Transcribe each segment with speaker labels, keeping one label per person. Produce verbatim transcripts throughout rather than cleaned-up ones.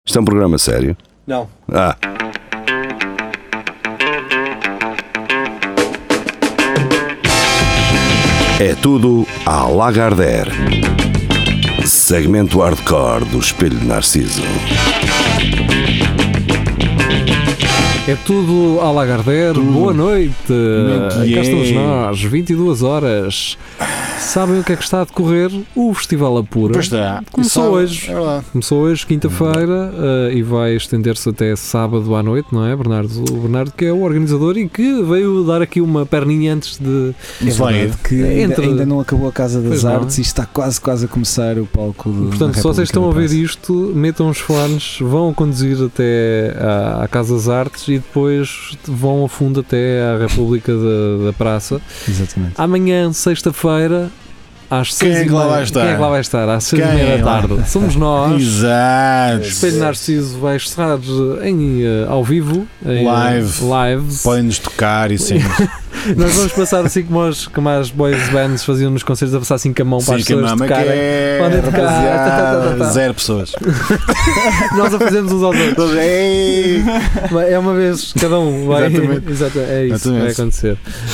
Speaker 1: Isto é um programa sério?
Speaker 2: Não.
Speaker 1: Ah. É tudo à Lagardère. Segmento hardcore do Espelho de Narciso.
Speaker 3: É tudo à Lagardère. Tudo. Boa noite. Cá estamos nós, vinte e duas horas. Sabem o que é que está a decorrer? O Festival Apura.
Speaker 4: Pois está.
Speaker 3: Começou hoje. É Começou hoje, quinta-feira, uh, e vai estender-se até sábado à noite, não é, Bernardo? O Bernardo, que é o organizador e que veio dar aqui uma perninha antes de.
Speaker 2: É verdade, que ainda,
Speaker 3: entre...
Speaker 2: ainda não acabou a Casa das
Speaker 3: pois
Speaker 2: Artes
Speaker 3: não.
Speaker 2: e está quase, quase a começar o palco do.
Speaker 3: Portanto, se vocês estão a ver isto, metam os fones, vão conduzir até à, à Casa das Artes e depois vão a fundo até à República da, da Praça.
Speaker 2: Exatamente.
Speaker 3: Amanhã, sexta-feira. Às
Speaker 4: Quem é que lá vai estar?
Speaker 3: Quem é que lá vai estar? Às seis e meia da tarde. Somos nós.
Speaker 4: Exato.
Speaker 3: O Espelho Narciso vai estar em, uh, ao vivo. Em,
Speaker 4: live.
Speaker 3: Uh, lives.
Speaker 4: Podem-nos tocar e sim.
Speaker 3: Nós vamos passar assim como, os, como as boys bands faziam nos concertos, a passar assim com a mão
Speaker 4: sim,
Speaker 3: para as pessoas tocarem.
Speaker 4: É,
Speaker 3: podem tocar. Tá, tá, tá, tá.
Speaker 4: Zero pessoas.
Speaker 3: Nós a fazemos uns aos outros. É uma vez cada um. Vai.
Speaker 4: Exatamente.
Speaker 3: Exato, é isso que vai acontecer.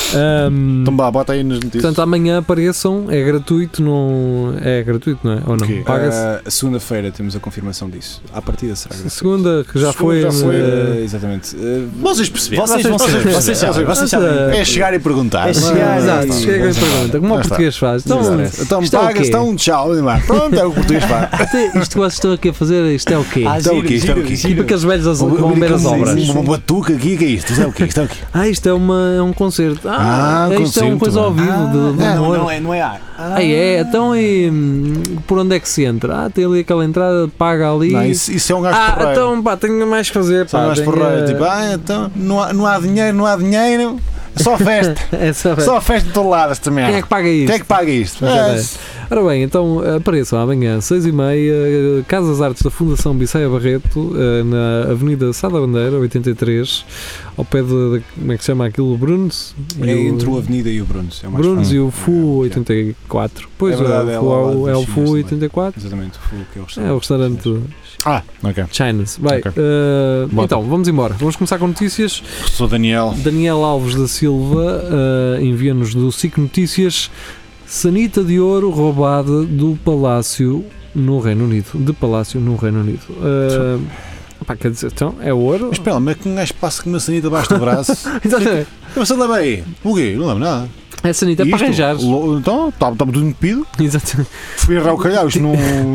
Speaker 3: Um,
Speaker 4: então vá, bota aí nas notícias.
Speaker 3: Portanto, amanhã apareçam, é gratuito, não é gratuito, não é? Ou não?
Speaker 4: Okay.
Speaker 3: Paga-se?
Speaker 2: Uh, Segunda-feira temos a confirmação disso. À partida será gratuito.
Speaker 3: Segunda, que já
Speaker 4: Segunda
Speaker 3: foi.
Speaker 4: Já foi
Speaker 2: uh, exatamente. Uh,
Speaker 4: vocês perceberam?
Speaker 2: Vocês, vocês, vocês, vocês sabem. Vocês sabem.
Speaker 4: É chegar e perguntar.
Speaker 2: É chegar.
Speaker 3: Exato, chega e pergunta. Como o português faz? Então,
Speaker 4: então pagas, então um tchau. Pronto, é o que o português faz.
Speaker 3: Isto que vocês estão aqui a fazer, isto é o quê?
Speaker 4: Ah, isto é o quê? Isto é o quê?
Speaker 3: Tipo aqueles velhos que vão ver as obras.
Speaker 4: Uma batuca aqui, que é isto? Isto é o quê? Isto é o quê?
Speaker 3: Ah, isto é, uma, é um concerto. Ah,
Speaker 4: ah
Speaker 3: isto
Speaker 4: concerto,
Speaker 3: é uma coisa ao vivo.
Speaker 2: Ah,
Speaker 3: de, de
Speaker 2: não,
Speaker 3: humor.
Speaker 2: não é, não é ar.
Speaker 3: Ah, é? Então e por onde é que se entra? Ah, tem ali aquela entrada, paga ali.
Speaker 4: Não, isso, isso é um gajo
Speaker 3: ah,
Speaker 4: porreiro.
Speaker 3: então pá, tenho mais que fazer.
Speaker 4: São
Speaker 3: pá,
Speaker 4: um gajo
Speaker 3: tenho,
Speaker 4: porreiro. Tipo, ah, então não há, não há dinheiro, não há dinheiro. Só festa.
Speaker 3: é só festa.
Speaker 4: Só festa de todo lado esta merda.
Speaker 3: Quem é que paga isto?
Speaker 4: Quem é que paga isto?
Speaker 3: É. Ora bem, então apareçam amanhã, seis e meia, Casa das Artes da Fundação Bissaia Barreto, na Avenida Sá da Bandeira, oitenta e três, ao pé de, de como é que se chama aquilo? Brunos?
Speaker 2: É entre o Avenida e o Brunos. É o
Speaker 3: Brunos e o F U oitenta e quatro. Pois é, verdade, é, o, é o F U oitenta e quatro.
Speaker 2: Exatamente, o F U que é o restaurante.
Speaker 3: É o restaurante.
Speaker 4: Ah, ok.
Speaker 3: China's. Bem,
Speaker 4: okay.
Speaker 3: uh, então, vamos embora. Vamos começar com notícias.
Speaker 4: Sou Daniel.
Speaker 3: Daniel Alves da Silva uh, envia-nos do S I C Notícias. Sanita de ouro roubada do Palácio no Reino Unido. De Palácio no Reino Unido. Uh, pá, quer dizer, então, é ouro?
Speaker 4: Mas espera, mas que um gajo passa com uma sanita abaixo do braço.
Speaker 3: Exatamente.
Speaker 4: Você leva aí. O quê? Não leva nada.
Speaker 3: É sanita é para arranjar.
Speaker 4: Então, estava tudo entupido.
Speaker 3: Exatamente.
Speaker 4: Fui errar o calhau, isto não.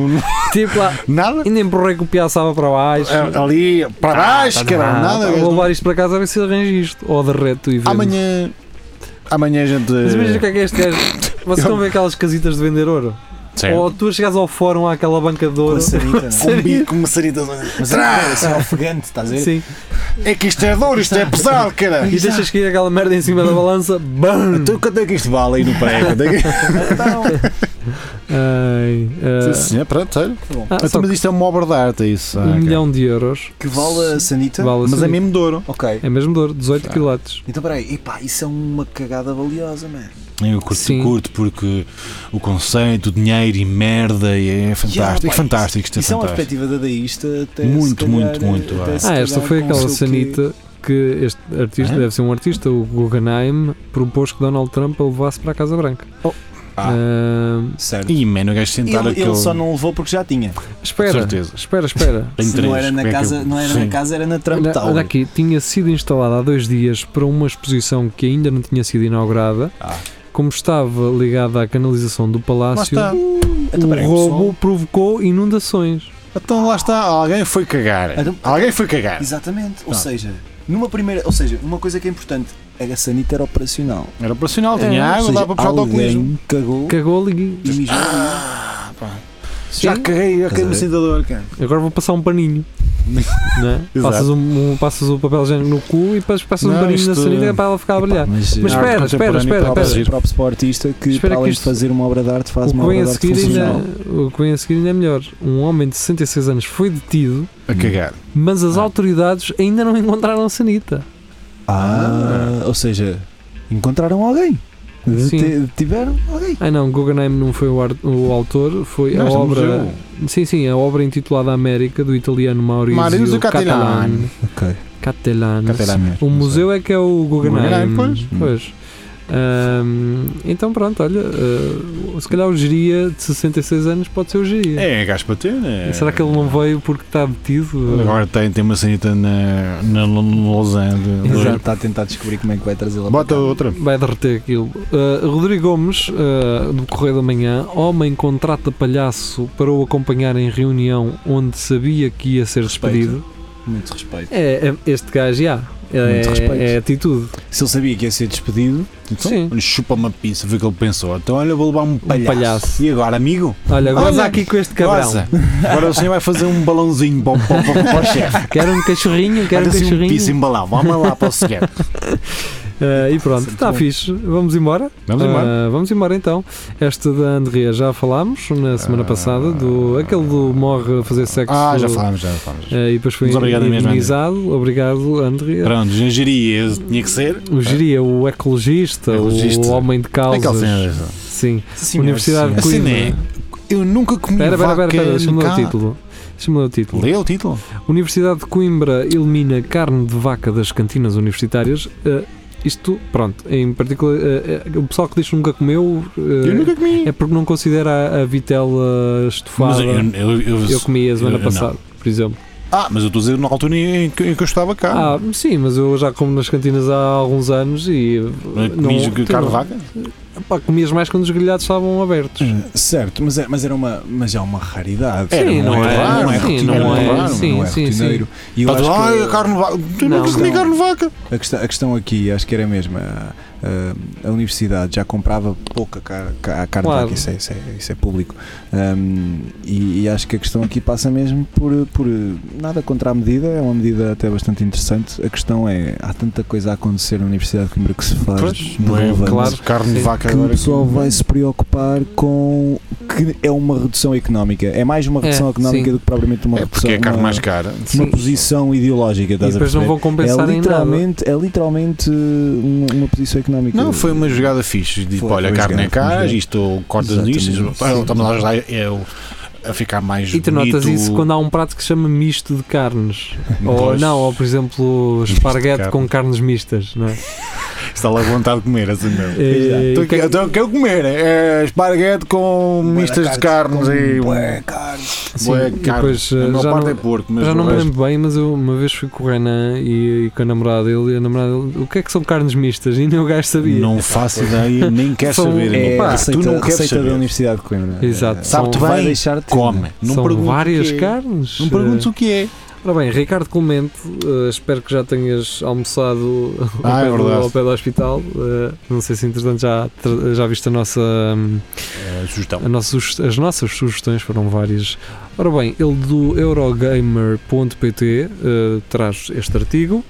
Speaker 3: Tipo lá.
Speaker 4: Nada.
Speaker 3: Ainda empurrei com o piaçava para baixo.
Speaker 4: É, ali, para baixo, ah, cara, nada.
Speaker 3: Vou levar isto para casa a ver se arranjo isto. Ou derreto e vendo.
Speaker 4: Amanhã. Amanhã a gente.
Speaker 3: Mas imagina o que é que é este gajo. Vocês estão a ver aquelas casitas de vender ouro?
Speaker 4: Certo.
Speaker 3: Ou tu chegas ao fórum àquela banca de ouro.
Speaker 2: Com sanita,
Speaker 4: com um bico, com uma sanita.
Speaker 2: Mas é assim, ofegante, estás a ver?
Speaker 3: Sim.
Speaker 4: É que isto é dor, isto é pesado, cara.
Speaker 3: E deixas cair aquela merda em cima da balança. BAM!
Speaker 4: Então quanto é que isto vale aí no prego?
Speaker 2: Então.
Speaker 3: Ai, uh...
Speaker 4: Sim, sim, pronto, sério.
Speaker 3: Ah,
Speaker 4: então, mas isto é uma obra de arte, é isso.
Speaker 3: Um ah, milhão okay. de euros.
Speaker 2: Que vale a sanita?
Speaker 3: Vale a
Speaker 4: mas
Speaker 3: sanita.
Speaker 4: é mesmo de ouro.
Speaker 2: Ok.
Speaker 3: É mesmo de ouro, dezoito
Speaker 4: ah.
Speaker 3: quilates.
Speaker 2: Então peraí, epá, isso é uma cagada valiosa, mano.
Speaker 4: Eu curto, curto porque o conceito, o dinheiro e merda e é fantástico. Yeah, é fantástico. Isto é
Speaker 2: isso
Speaker 4: fantástico.
Speaker 2: é uma perspectiva dadaísta até
Speaker 4: muito,
Speaker 2: calhar,
Speaker 4: muito, muito.
Speaker 2: até
Speaker 3: ah, esta foi aquela sanita que... que este artista,
Speaker 4: é?
Speaker 3: deve ser um artista, o Guggenheim, propôs que Donald Trump a levasse para a Casa Branca.
Speaker 2: Oh. Ah, uh, certo.
Speaker 4: E mano, o gajo sentar
Speaker 2: ele,
Speaker 4: aquele...
Speaker 2: ele só não levou porque já tinha.
Speaker 3: Espera,
Speaker 4: certeza.
Speaker 3: espera, espera.
Speaker 2: Se não era na casa, é eu... não era na casa, era na Trump Tower.
Speaker 3: Olha aqui, tinha sido instalada há dois dias para uma exposição que ainda não tinha sido inaugurada.
Speaker 2: Ah.
Speaker 3: Como estava ligada à canalização do palácio,
Speaker 4: o
Speaker 3: então, roubo pessoal. provocou inundações.
Speaker 4: Então lá está, alguém foi cagar. Então, alguém foi cagar.
Speaker 2: Exatamente. Ou seja, numa primeira, ou seja, uma coisa que é importante, a sanita era operacional.
Speaker 4: Era operacional,
Speaker 3: é,
Speaker 4: tinha água, dá para puxar o autocolismo.
Speaker 2: Cagou.
Speaker 3: Cagou ali.
Speaker 2: E mijou.
Speaker 4: Ah, já caguei, já caguei no sentador, cara.
Speaker 3: Agora vou passar um paninho. Não é? passas, um, um, passas o papel higiênico no cu e depois passas não, um paninho na sanita para ela ficar a brilhar. Mas, mas espera, espera, espera.
Speaker 2: O próprio sportista que, para além de fazer uma obra de arte, faz uma obra de arte funcional.
Speaker 3: O que vem a seguir ainda é melhor. Um homem de sessenta e seis anos foi detido
Speaker 4: a cagar,
Speaker 3: mas as ah. autoridades ainda não encontraram a sanita.
Speaker 2: Ah, ah, ou seja, encontraram alguém. Tiveram alguém.
Speaker 3: Ah não, Guggenheim não foi o, art, o autor, foi
Speaker 4: não,
Speaker 3: a obra. sim, sim, a obra intitulada América, do italiano Maurizio
Speaker 4: Maurizio Cattelan.
Speaker 3: Cattelan.
Speaker 2: Ok.
Speaker 3: Cattelan.
Speaker 4: Cattelan.
Speaker 3: O museu é que é o Guggenheim.
Speaker 4: Guggenheim, pois.
Speaker 3: Pois. Ahm, então pronto, olha, uh, se calhar o Geria de sessenta e seis anos pode ser o Geria.
Speaker 4: É, gajo para ter, né?
Speaker 3: Será que ele não veio porque está detido?
Speaker 4: Agora tem, tem uma sanita na, na Lausanne.
Speaker 3: Exato.
Speaker 2: Está a tentar descobrir como é que vai trazê-la para
Speaker 4: Bota
Speaker 2: cá.
Speaker 4: outra.
Speaker 3: Vai derreter aquilo. Uh, Rodrigo Gomes, uh, do Correio da Manhã: homem contrata palhaço para o acompanhar em reunião onde sabia que ia ser
Speaker 2: Respeito.
Speaker 3: despedido.
Speaker 2: Muito respeito.
Speaker 3: É, é este gajo, já. É,
Speaker 2: Muito respeito.
Speaker 3: é atitude.
Speaker 2: Se ele sabia que ia ser despedido,
Speaker 4: Então,
Speaker 3: Sim.
Speaker 4: olha, chupa uma pizza, foi o que ele pensou. Então, olha, vou levar um palhaço.
Speaker 3: palhaço.
Speaker 4: E agora, amigo?
Speaker 3: Olha, goza
Speaker 4: Olha,
Speaker 3: aqui com este cabrão.
Speaker 4: Goza. Agora o senhor vai fazer um balãozinho para, o- para, o- para o chefe.
Speaker 3: Quero um cachorrinho, quero
Speaker 4: Olha
Speaker 3: um
Speaker 4: assim um
Speaker 3: cachorrinho.
Speaker 4: pizza embalado. Vamos lá para o senhor.
Speaker 3: Uh, e pronto,
Speaker 2: Sempre
Speaker 3: está
Speaker 2: bom.
Speaker 3: fixe. Vamos embora?
Speaker 4: Vamos embora.
Speaker 3: Uh, vamos embora então. Esta da Andrea já falámos na semana
Speaker 4: Ah.
Speaker 3: passada. Do, aquele do morre a fazer sexo.
Speaker 4: Ah, já falámos, já falámos.
Speaker 3: Uh, e depois foi
Speaker 4: Mas obrigado mesmo,
Speaker 3: indemnizado. Obrigado, Andrea.
Speaker 4: Pronto, engenharia tinha que ser.
Speaker 3: O Geria, o ecologista,
Speaker 4: Ecologista.
Speaker 3: o homem de causas.
Speaker 4: Aquela cena.
Speaker 3: Sim.
Speaker 2: Senhor,
Speaker 3: Universidade de
Speaker 2: senhor.
Speaker 4: Assim
Speaker 3: Coimbra.
Speaker 4: é. Eu nunca comi
Speaker 3: Espera, espera,
Speaker 4: vaca
Speaker 3: espera, espera, deixa-me ler
Speaker 4: cá.
Speaker 3: o título. Deixa-me ler o título.
Speaker 4: Lê o título.
Speaker 3: Universidade de Coimbra elimina carne de vaca das cantinas universitárias. Uh, isto, pronto, em particular, uh, uh, o pessoal que diz que nunca comeu uh,
Speaker 4: Eu nunca comi.
Speaker 3: é porque não considera a, a vitela estufada.
Speaker 4: Mas eu, eu, eu,
Speaker 3: Eu comi a semana
Speaker 4: eu- eu
Speaker 3: passada, por exemplo.
Speaker 4: Ah, mas eu estou a dizer na altura em que, em que eu estava cá.
Speaker 3: Ah, sim, mas eu já como nas cantinas há alguns anos e.
Speaker 4: Comias
Speaker 3: não-
Speaker 4: carne
Speaker 3: tu
Speaker 4: de
Speaker 3: não-
Speaker 4: vaca?
Speaker 3: Pá, comias mais quando os grelhados estavam abertos.
Speaker 2: Hum, Certo, mas, é, mas era uma, mas é uma raridade.
Speaker 4: Era,
Speaker 3: Sim,
Speaker 4: não
Speaker 3: não
Speaker 4: é
Speaker 3: é,
Speaker 4: raro, não é
Speaker 3: sim,
Speaker 4: rotineiro,
Speaker 3: não
Speaker 4: não é
Speaker 3: é,
Speaker 4: raro,
Speaker 3: sim,
Speaker 2: não é
Speaker 3: sim,
Speaker 2: rotineiro. E eu
Speaker 4: Mas,
Speaker 2: acho
Speaker 4: ai,
Speaker 2: que
Speaker 4: a carne de vaca. Tu
Speaker 3: Não,
Speaker 4: nunca comi
Speaker 2: não.
Speaker 4: carne de vaca.
Speaker 2: a, questão, a questão aqui, acho que era mesmo, a, a, a universidade já comprava pouca car, ca- carne
Speaker 3: Claro.
Speaker 2: de vaca, isso é, isso é, isso é público. Um, e, e acho que a questão aqui passa mesmo por, por nada contra a medida, é uma medida até bastante interessante. A questão é, há tanta coisa a acontecer na Universidade de Coimbra que se faz
Speaker 4: Pois,
Speaker 2: de
Speaker 4: não é?
Speaker 2: relevante,
Speaker 3: Claro.
Speaker 4: Carne de
Speaker 3: Sim.
Speaker 4: vaca
Speaker 2: que o
Speaker 4: agora.
Speaker 2: pessoal
Speaker 4: aqui.
Speaker 2: vai se preocupar com que é uma redução económica, é mais uma redução
Speaker 3: É,
Speaker 2: económica
Speaker 3: sim.
Speaker 2: do que propriamente uma
Speaker 4: É
Speaker 2: redução,
Speaker 4: porque é a carne
Speaker 2: uma,
Speaker 4: mais cara.
Speaker 2: uma
Speaker 3: Sim.
Speaker 2: posição ideológica,
Speaker 3: E
Speaker 2: estás a
Speaker 3: depois não
Speaker 2: perceber?
Speaker 3: vão compensar
Speaker 2: É
Speaker 3: em nada.
Speaker 2: literalmente, é literalmente uma, uma posição económica.
Speaker 4: Não, foi uma jogada fixe. Tipo,
Speaker 2: Foi,
Speaker 4: olha, a
Speaker 2: foi
Speaker 4: carne é
Speaker 2: jogada, foi
Speaker 4: cara,
Speaker 2: jogada.
Speaker 4: isto cortas
Speaker 2: Exatamente.
Speaker 4: nisto,
Speaker 2: Sim.
Speaker 4: isto estamos a ajudar eu a ficar mais
Speaker 3: E tu
Speaker 4: bonito.
Speaker 3: notas isso quando há um prato que se chama misto de carnes. Ou
Speaker 4: Pois.
Speaker 3: não, ou por exemplo,
Speaker 4: Misto de
Speaker 3: esparguete
Speaker 4: carne.
Speaker 3: com carnes mistas, não é?
Speaker 4: Está lá vontade de comer, assim mesmo.
Speaker 3: E-
Speaker 4: Então,
Speaker 3: que-
Speaker 4: então, quero comer é esparguete com mistas de carnes e
Speaker 2: Bué carne.
Speaker 3: sim,
Speaker 4: bué
Speaker 3: e
Speaker 4: carne.
Speaker 3: depois,
Speaker 4: A
Speaker 3: eh,
Speaker 4: maior
Speaker 3: já
Speaker 4: parte
Speaker 3: não,
Speaker 4: é porco, mas
Speaker 3: já
Speaker 4: o
Speaker 3: não me
Speaker 4: resto-
Speaker 3: lembro bem, mas eu uma vez fui com o Renan e, e com a namorada dele e a namorada dele, o que é que são carnes mistas? E nem o gajo sabia.
Speaker 4: Não faço ideia, nem quero
Speaker 3: São-
Speaker 4: saber.
Speaker 2: É
Speaker 3: Opa,
Speaker 2: a
Speaker 4: tu
Speaker 2: receita,
Speaker 4: não
Speaker 2: a
Speaker 4: queres
Speaker 2: receita da
Speaker 4: saber.
Speaker 2: Universidade de Coimbra.
Speaker 3: Exato.
Speaker 2: É,
Speaker 4: Sabe-te
Speaker 3: São-
Speaker 2: vai
Speaker 4: bem,
Speaker 2: deixar de ter.
Speaker 4: come. Não
Speaker 3: são
Speaker 4: perguntes
Speaker 3: várias
Speaker 4: o que é.
Speaker 3: carnes.
Speaker 4: Não perguntes
Speaker 3: Eh,
Speaker 4: o que é.
Speaker 3: Ora bem, Ricardo Clemente, eh, espero que já tenhas almoçado ao,
Speaker 4: Ah,
Speaker 3: pé,
Speaker 4: é
Speaker 3: do,
Speaker 4: verdade.
Speaker 3: ao pé do hospital. Eh, não sei se entretanto já, tra- já viste a nossa, hum,
Speaker 4: É, sugestão.
Speaker 3: a nossa suge- as nossas sugestões, foram várias. Ora bem, ele do Eurogamer ponto pt eh, traz este artigo.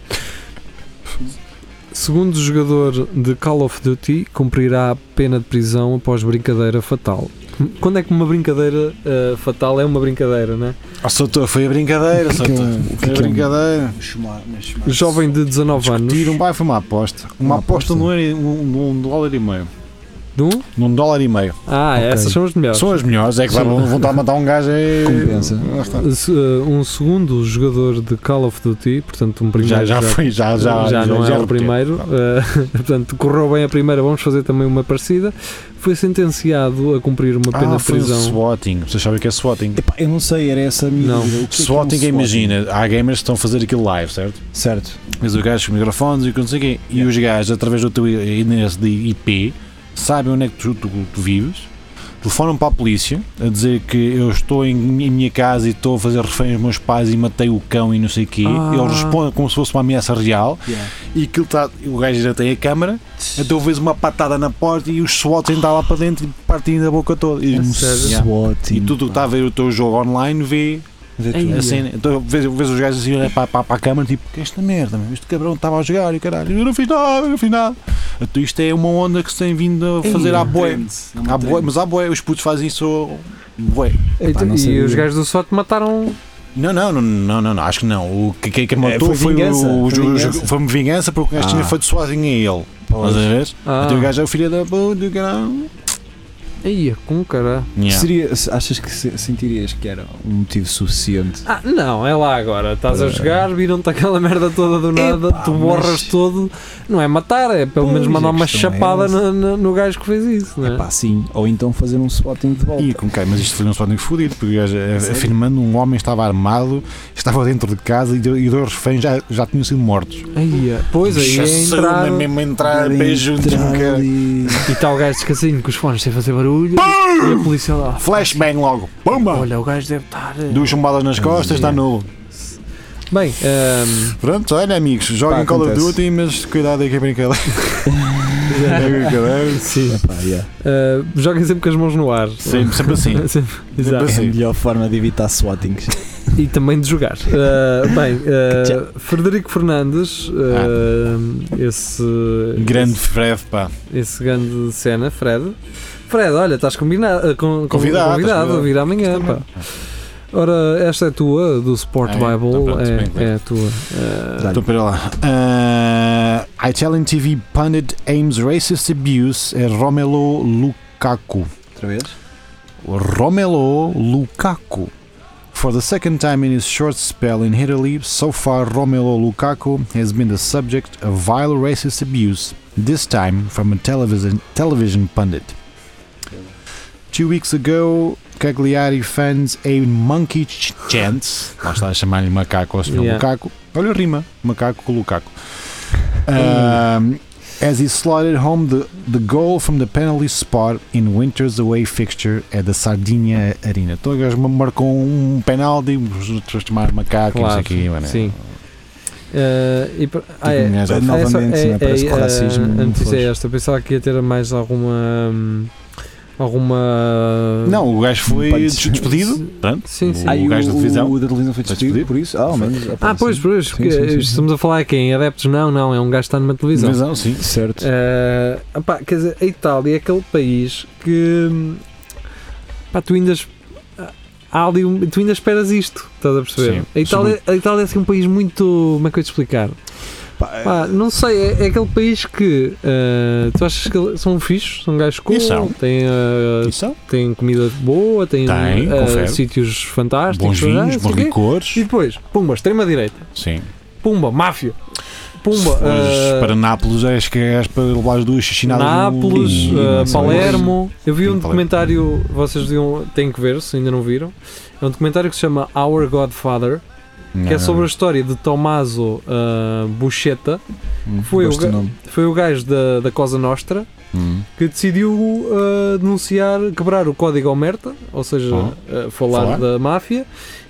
Speaker 3: Segundo o jogador de Call of Duty, cumprirá a pena de prisão após brincadeira fatal. Quando é que uma brincadeira eh, fatal é uma brincadeira, não é?
Speaker 4: Oh, Soutor, foi a brincadeira,
Speaker 2: O que é que é
Speaker 4: Soutor.
Speaker 2: um- o que
Speaker 4: Foi
Speaker 2: é
Speaker 4: a
Speaker 2: que é um-
Speaker 4: brincadeira.
Speaker 3: Jovem de dezanove anos.
Speaker 4: Discutiram, vai, foi uma aposta. Uma,
Speaker 2: Uma
Speaker 4: aposta
Speaker 2: aposta.
Speaker 4: num, euro- num, num dólar e meio.
Speaker 3: De um?
Speaker 4: Num dólar e meio.
Speaker 3: Ah,
Speaker 2: Ok.
Speaker 3: essas são as melhores.
Speaker 4: São as melhores, é que
Speaker 3: Sim.
Speaker 4: vão voltar a matar um gajo. É...
Speaker 2: Compensa.
Speaker 4: Lá está.
Speaker 3: Se, uh, um segundo jogador de Call of Duty, portanto um primeiro
Speaker 4: Já, já foi, já, já,
Speaker 3: já não
Speaker 4: já
Speaker 3: é o
Speaker 4: repeteu.
Speaker 3: primeiro, uh, portanto correu bem a primeira, vamos fazer também uma parecida. Foi sentenciado a cumprir uma pena
Speaker 4: Ah,
Speaker 3: de
Speaker 4: foi um
Speaker 3: prisão.
Speaker 4: swatting. Vocês sabem o que é swatting?
Speaker 2: Epá, eu não sei, era essa a minha
Speaker 3: Não.
Speaker 2: dúvida. O que é que é um
Speaker 4: Swatting,
Speaker 2: swatting?
Speaker 4: imagina, há gamers que estão a fazer aquilo live, certo?
Speaker 2: Certo.
Speaker 4: Mas os gajos com microfones e com não sei o quê. E os gajos, através do teu endereço de I P, sabem onde é que tu, tu, tu vives, telefonam para a polícia a dizer que eu estou em, em minha casa e estou a fazer refém aos meus pais e matei o cão e não sei o quê.
Speaker 3: Ah.
Speaker 4: Eles respondem como se fosse uma ameaça real
Speaker 2: Yeah.
Speaker 4: e aquilo tá, o gajo já tem a câmara, então vês uma patada na porta e os SWAT entram lá para dentro e partem a boca toda. E,
Speaker 3: É sério?
Speaker 4: Yeah.
Speaker 2: Swatting.
Speaker 4: E tu que está a ver o teu jogo online vê
Speaker 2: Vê
Speaker 3: Ei.
Speaker 2: tudo.
Speaker 4: a cena. Então vês, vês os gajos assim olhar para, para, para a câmara tipo, que é esta merda, meu? Este cabrão estava a jogar e caralho, eu não fiz nada, eu não fiz nada. Então isto é uma onda que se tem vindo a fazer
Speaker 2: Ei,
Speaker 4: à
Speaker 2: é um
Speaker 4: boé.
Speaker 2: trend, é um
Speaker 4: À bué,
Speaker 2: trend.
Speaker 4: mas à boé, os putos fazem isso bué.
Speaker 3: Então,
Speaker 2: não
Speaker 3: e
Speaker 2: sabia.
Speaker 3: os gajos do SWAT mataram.
Speaker 4: Não, não, não, não, não, não, acho que não. O que, que, que matou
Speaker 2: foi
Speaker 4: foi,
Speaker 2: vingança,
Speaker 4: o, o,
Speaker 2: foi
Speaker 4: o-
Speaker 2: vingança.
Speaker 4: foi uma vingança porque o gajo
Speaker 2: Ah.
Speaker 4: tinha feito sozinho a ele.
Speaker 2: Pois.
Speaker 4: Estás a ver?
Speaker 3: Ah,
Speaker 4: Então o gajo é o filho da puta, caralho.
Speaker 3: Aí, com cara.
Speaker 4: Yeah.
Speaker 2: Seria, achas que se- sentirias que era um motivo suficiente?
Speaker 3: Ah, não, é lá agora. Estás a jogar, viram-te aquela merda toda do nada,
Speaker 2: Epá,
Speaker 3: tu borras
Speaker 2: mas-
Speaker 3: todo. Não é matar, é pelo
Speaker 2: Pois,
Speaker 3: menos mandar
Speaker 2: a
Speaker 3: uma
Speaker 2: questão é
Speaker 3: chapada
Speaker 2: essa.
Speaker 3: no, no- no gajo que fez isso, não é?
Speaker 2: Pá, sim. Ou então fazer um spotting de volta.
Speaker 4: E com quem? Mas isto foi um spotting fodido, porque o gajo, eh,
Speaker 2: Sério?
Speaker 4: afirmando, um homem estava armado, estava dentro de casa e, do- e dois reféns já, já tinham sido mortos.
Speaker 3: Aí, pois aí é
Speaker 4: Jesus,
Speaker 3: entrar.
Speaker 4: mesmo entrar, beijo,
Speaker 2: Entrar
Speaker 4: cara.
Speaker 2: ali.
Speaker 3: E está o gajo descansinho com os fones sem fazer barulho e a polícia lá.
Speaker 4: Flashbang logo. Pumba!
Speaker 3: Olha, o gajo deve estar. eh,
Speaker 4: Duas chumbadas nas costas, está novo.
Speaker 3: Bem, ehm,
Speaker 4: Pronto, olha amigos, joguem
Speaker 2: Pá,
Speaker 4: Call of
Speaker 2: acontece.
Speaker 4: Duty, mas cuidado aí que é brincadeira. É brincadeira.
Speaker 3: sim.
Speaker 2: Epá, yeah.
Speaker 3: Eh, joguem sempre com as mãos no ar.
Speaker 4: Sempre, sempre assim.
Speaker 3: Sempre, exato.
Speaker 2: É a
Speaker 4: Sim.
Speaker 2: melhor forma de evitar swattings.
Speaker 3: E também de jogar. Eh, bem, eh,
Speaker 2: Tchau.
Speaker 3: Frederico Fernandes, eh, esse,
Speaker 4: Grande Fred, pá.
Speaker 3: esse grande cena, Fred. Fred, olha, estás combinado, eh, com, com-
Speaker 4: Convidado,
Speaker 3: convidado
Speaker 4: estás
Speaker 3: a vir amanhã. Pá. Ora, esta é tua, do Sport
Speaker 4: É,
Speaker 3: Bible,
Speaker 4: então pronto, bem, bem.
Speaker 3: é, é a tua. Eh,
Speaker 2: Dá-lhe.
Speaker 4: Então, pera lá. Uh, Italian T V pundit aims racist abuse at Romelu Lukaku.
Speaker 2: Outra vez?
Speaker 4: Romelu Lukaku. For the second time in his short spell in Italy, so far Romelu Lukaku has been the subject of vile racist abuse, this time from a television, television pundit. Two weeks ago, Cagliari fans a monkey ch- chant. Lá está a chamar-lhe macaco ao senhor
Speaker 3: Yeah.
Speaker 4: Lukaku. Olha, rima. Macaco com Lukaku. Um, as he slotted home the, the goal from the penalty spot in Winter's away fixture at the Sardinia Arena. Então o gajo marcou um penalti, os outros chamaram macaco, e não sei o quê, mano.
Speaker 3: sim. Eh, e, pra- ah,
Speaker 4: Tipo,
Speaker 3: é,
Speaker 4: um gajo-
Speaker 3: é,
Speaker 2: novamente,
Speaker 3: é,
Speaker 2: né, parece
Speaker 3: é,
Speaker 2: que o racismo
Speaker 3: a
Speaker 2: não
Speaker 3: notícia
Speaker 2: foge.
Speaker 3: é esta. Eu pensava que ia ter mais alguma. hum, alguma.
Speaker 4: Não, o gajo foi
Speaker 2: Pode-
Speaker 4: despedido. Pronto.
Speaker 3: Sim, sim.
Speaker 4: O
Speaker 2: Aí
Speaker 4: gajo da divisão.
Speaker 2: O da televisão foi
Speaker 4: Foi
Speaker 2: despedido,
Speaker 4: despedido.
Speaker 2: por isso? Ah, ao menos.
Speaker 3: Ah, pois, pois,
Speaker 2: Sim,
Speaker 3: porque
Speaker 2: sim, sim, sim.
Speaker 3: estamos a falar aqui em adeptos, não, não, é um gajo que está numa televisão.
Speaker 4: Divisão, sim.
Speaker 2: Certo.
Speaker 3: Eh, opá, quer dizer, a Itália é aquele país que hum, pá, tu ainda es- há ali um- tu ainda esperas isto, estás a perceber?
Speaker 4: Sim.
Speaker 3: A Itália, a Itália é assim um país muito, como é que eu ia te explicar?
Speaker 2: Pá,
Speaker 3: Pá, não sei, é, é aquele país que eh, tu achas que eles são fixos, são gajos cool,
Speaker 4: E são.
Speaker 3: têm, eh,
Speaker 4: Isso.
Speaker 3: têm comida boa, têm
Speaker 4: Tem,
Speaker 3: eh,
Speaker 4: confere.
Speaker 3: sítios fantásticos,
Speaker 4: Bons
Speaker 3: ah,
Speaker 4: vinhos,
Speaker 3: não sei
Speaker 4: bons
Speaker 3: o quê.
Speaker 4: licores.
Speaker 3: E depois, pumba, extrema-direita,
Speaker 4: Sim.
Speaker 3: pumba, máfia, pumba,
Speaker 4: Se fores
Speaker 3: eh,
Speaker 4: para Nápoles, acho que és para levar as duas chinadas.
Speaker 3: Nápoles,
Speaker 2: E-
Speaker 3: eh,
Speaker 2: e-
Speaker 3: Palermo. Eu vi
Speaker 4: Sim,
Speaker 3: um
Speaker 4: Palermo.
Speaker 3: documentário, vocês deviam, têm que ver, se ainda não viram. É um documentário que se chama Our Godfather, que é sobre a história de Tommaso uh, Buscetta,
Speaker 2: hum,
Speaker 3: foi
Speaker 2: gosto
Speaker 3: o
Speaker 2: do
Speaker 3: ga-
Speaker 2: nome.
Speaker 3: foi o gajo da, da Cosa Nostra,
Speaker 4: Hum.
Speaker 3: que decidiu uh, denunciar, quebrar o código Omerta, ou seja,
Speaker 4: Oh.
Speaker 3: uh, falar,
Speaker 4: Falar.
Speaker 3: da máfia,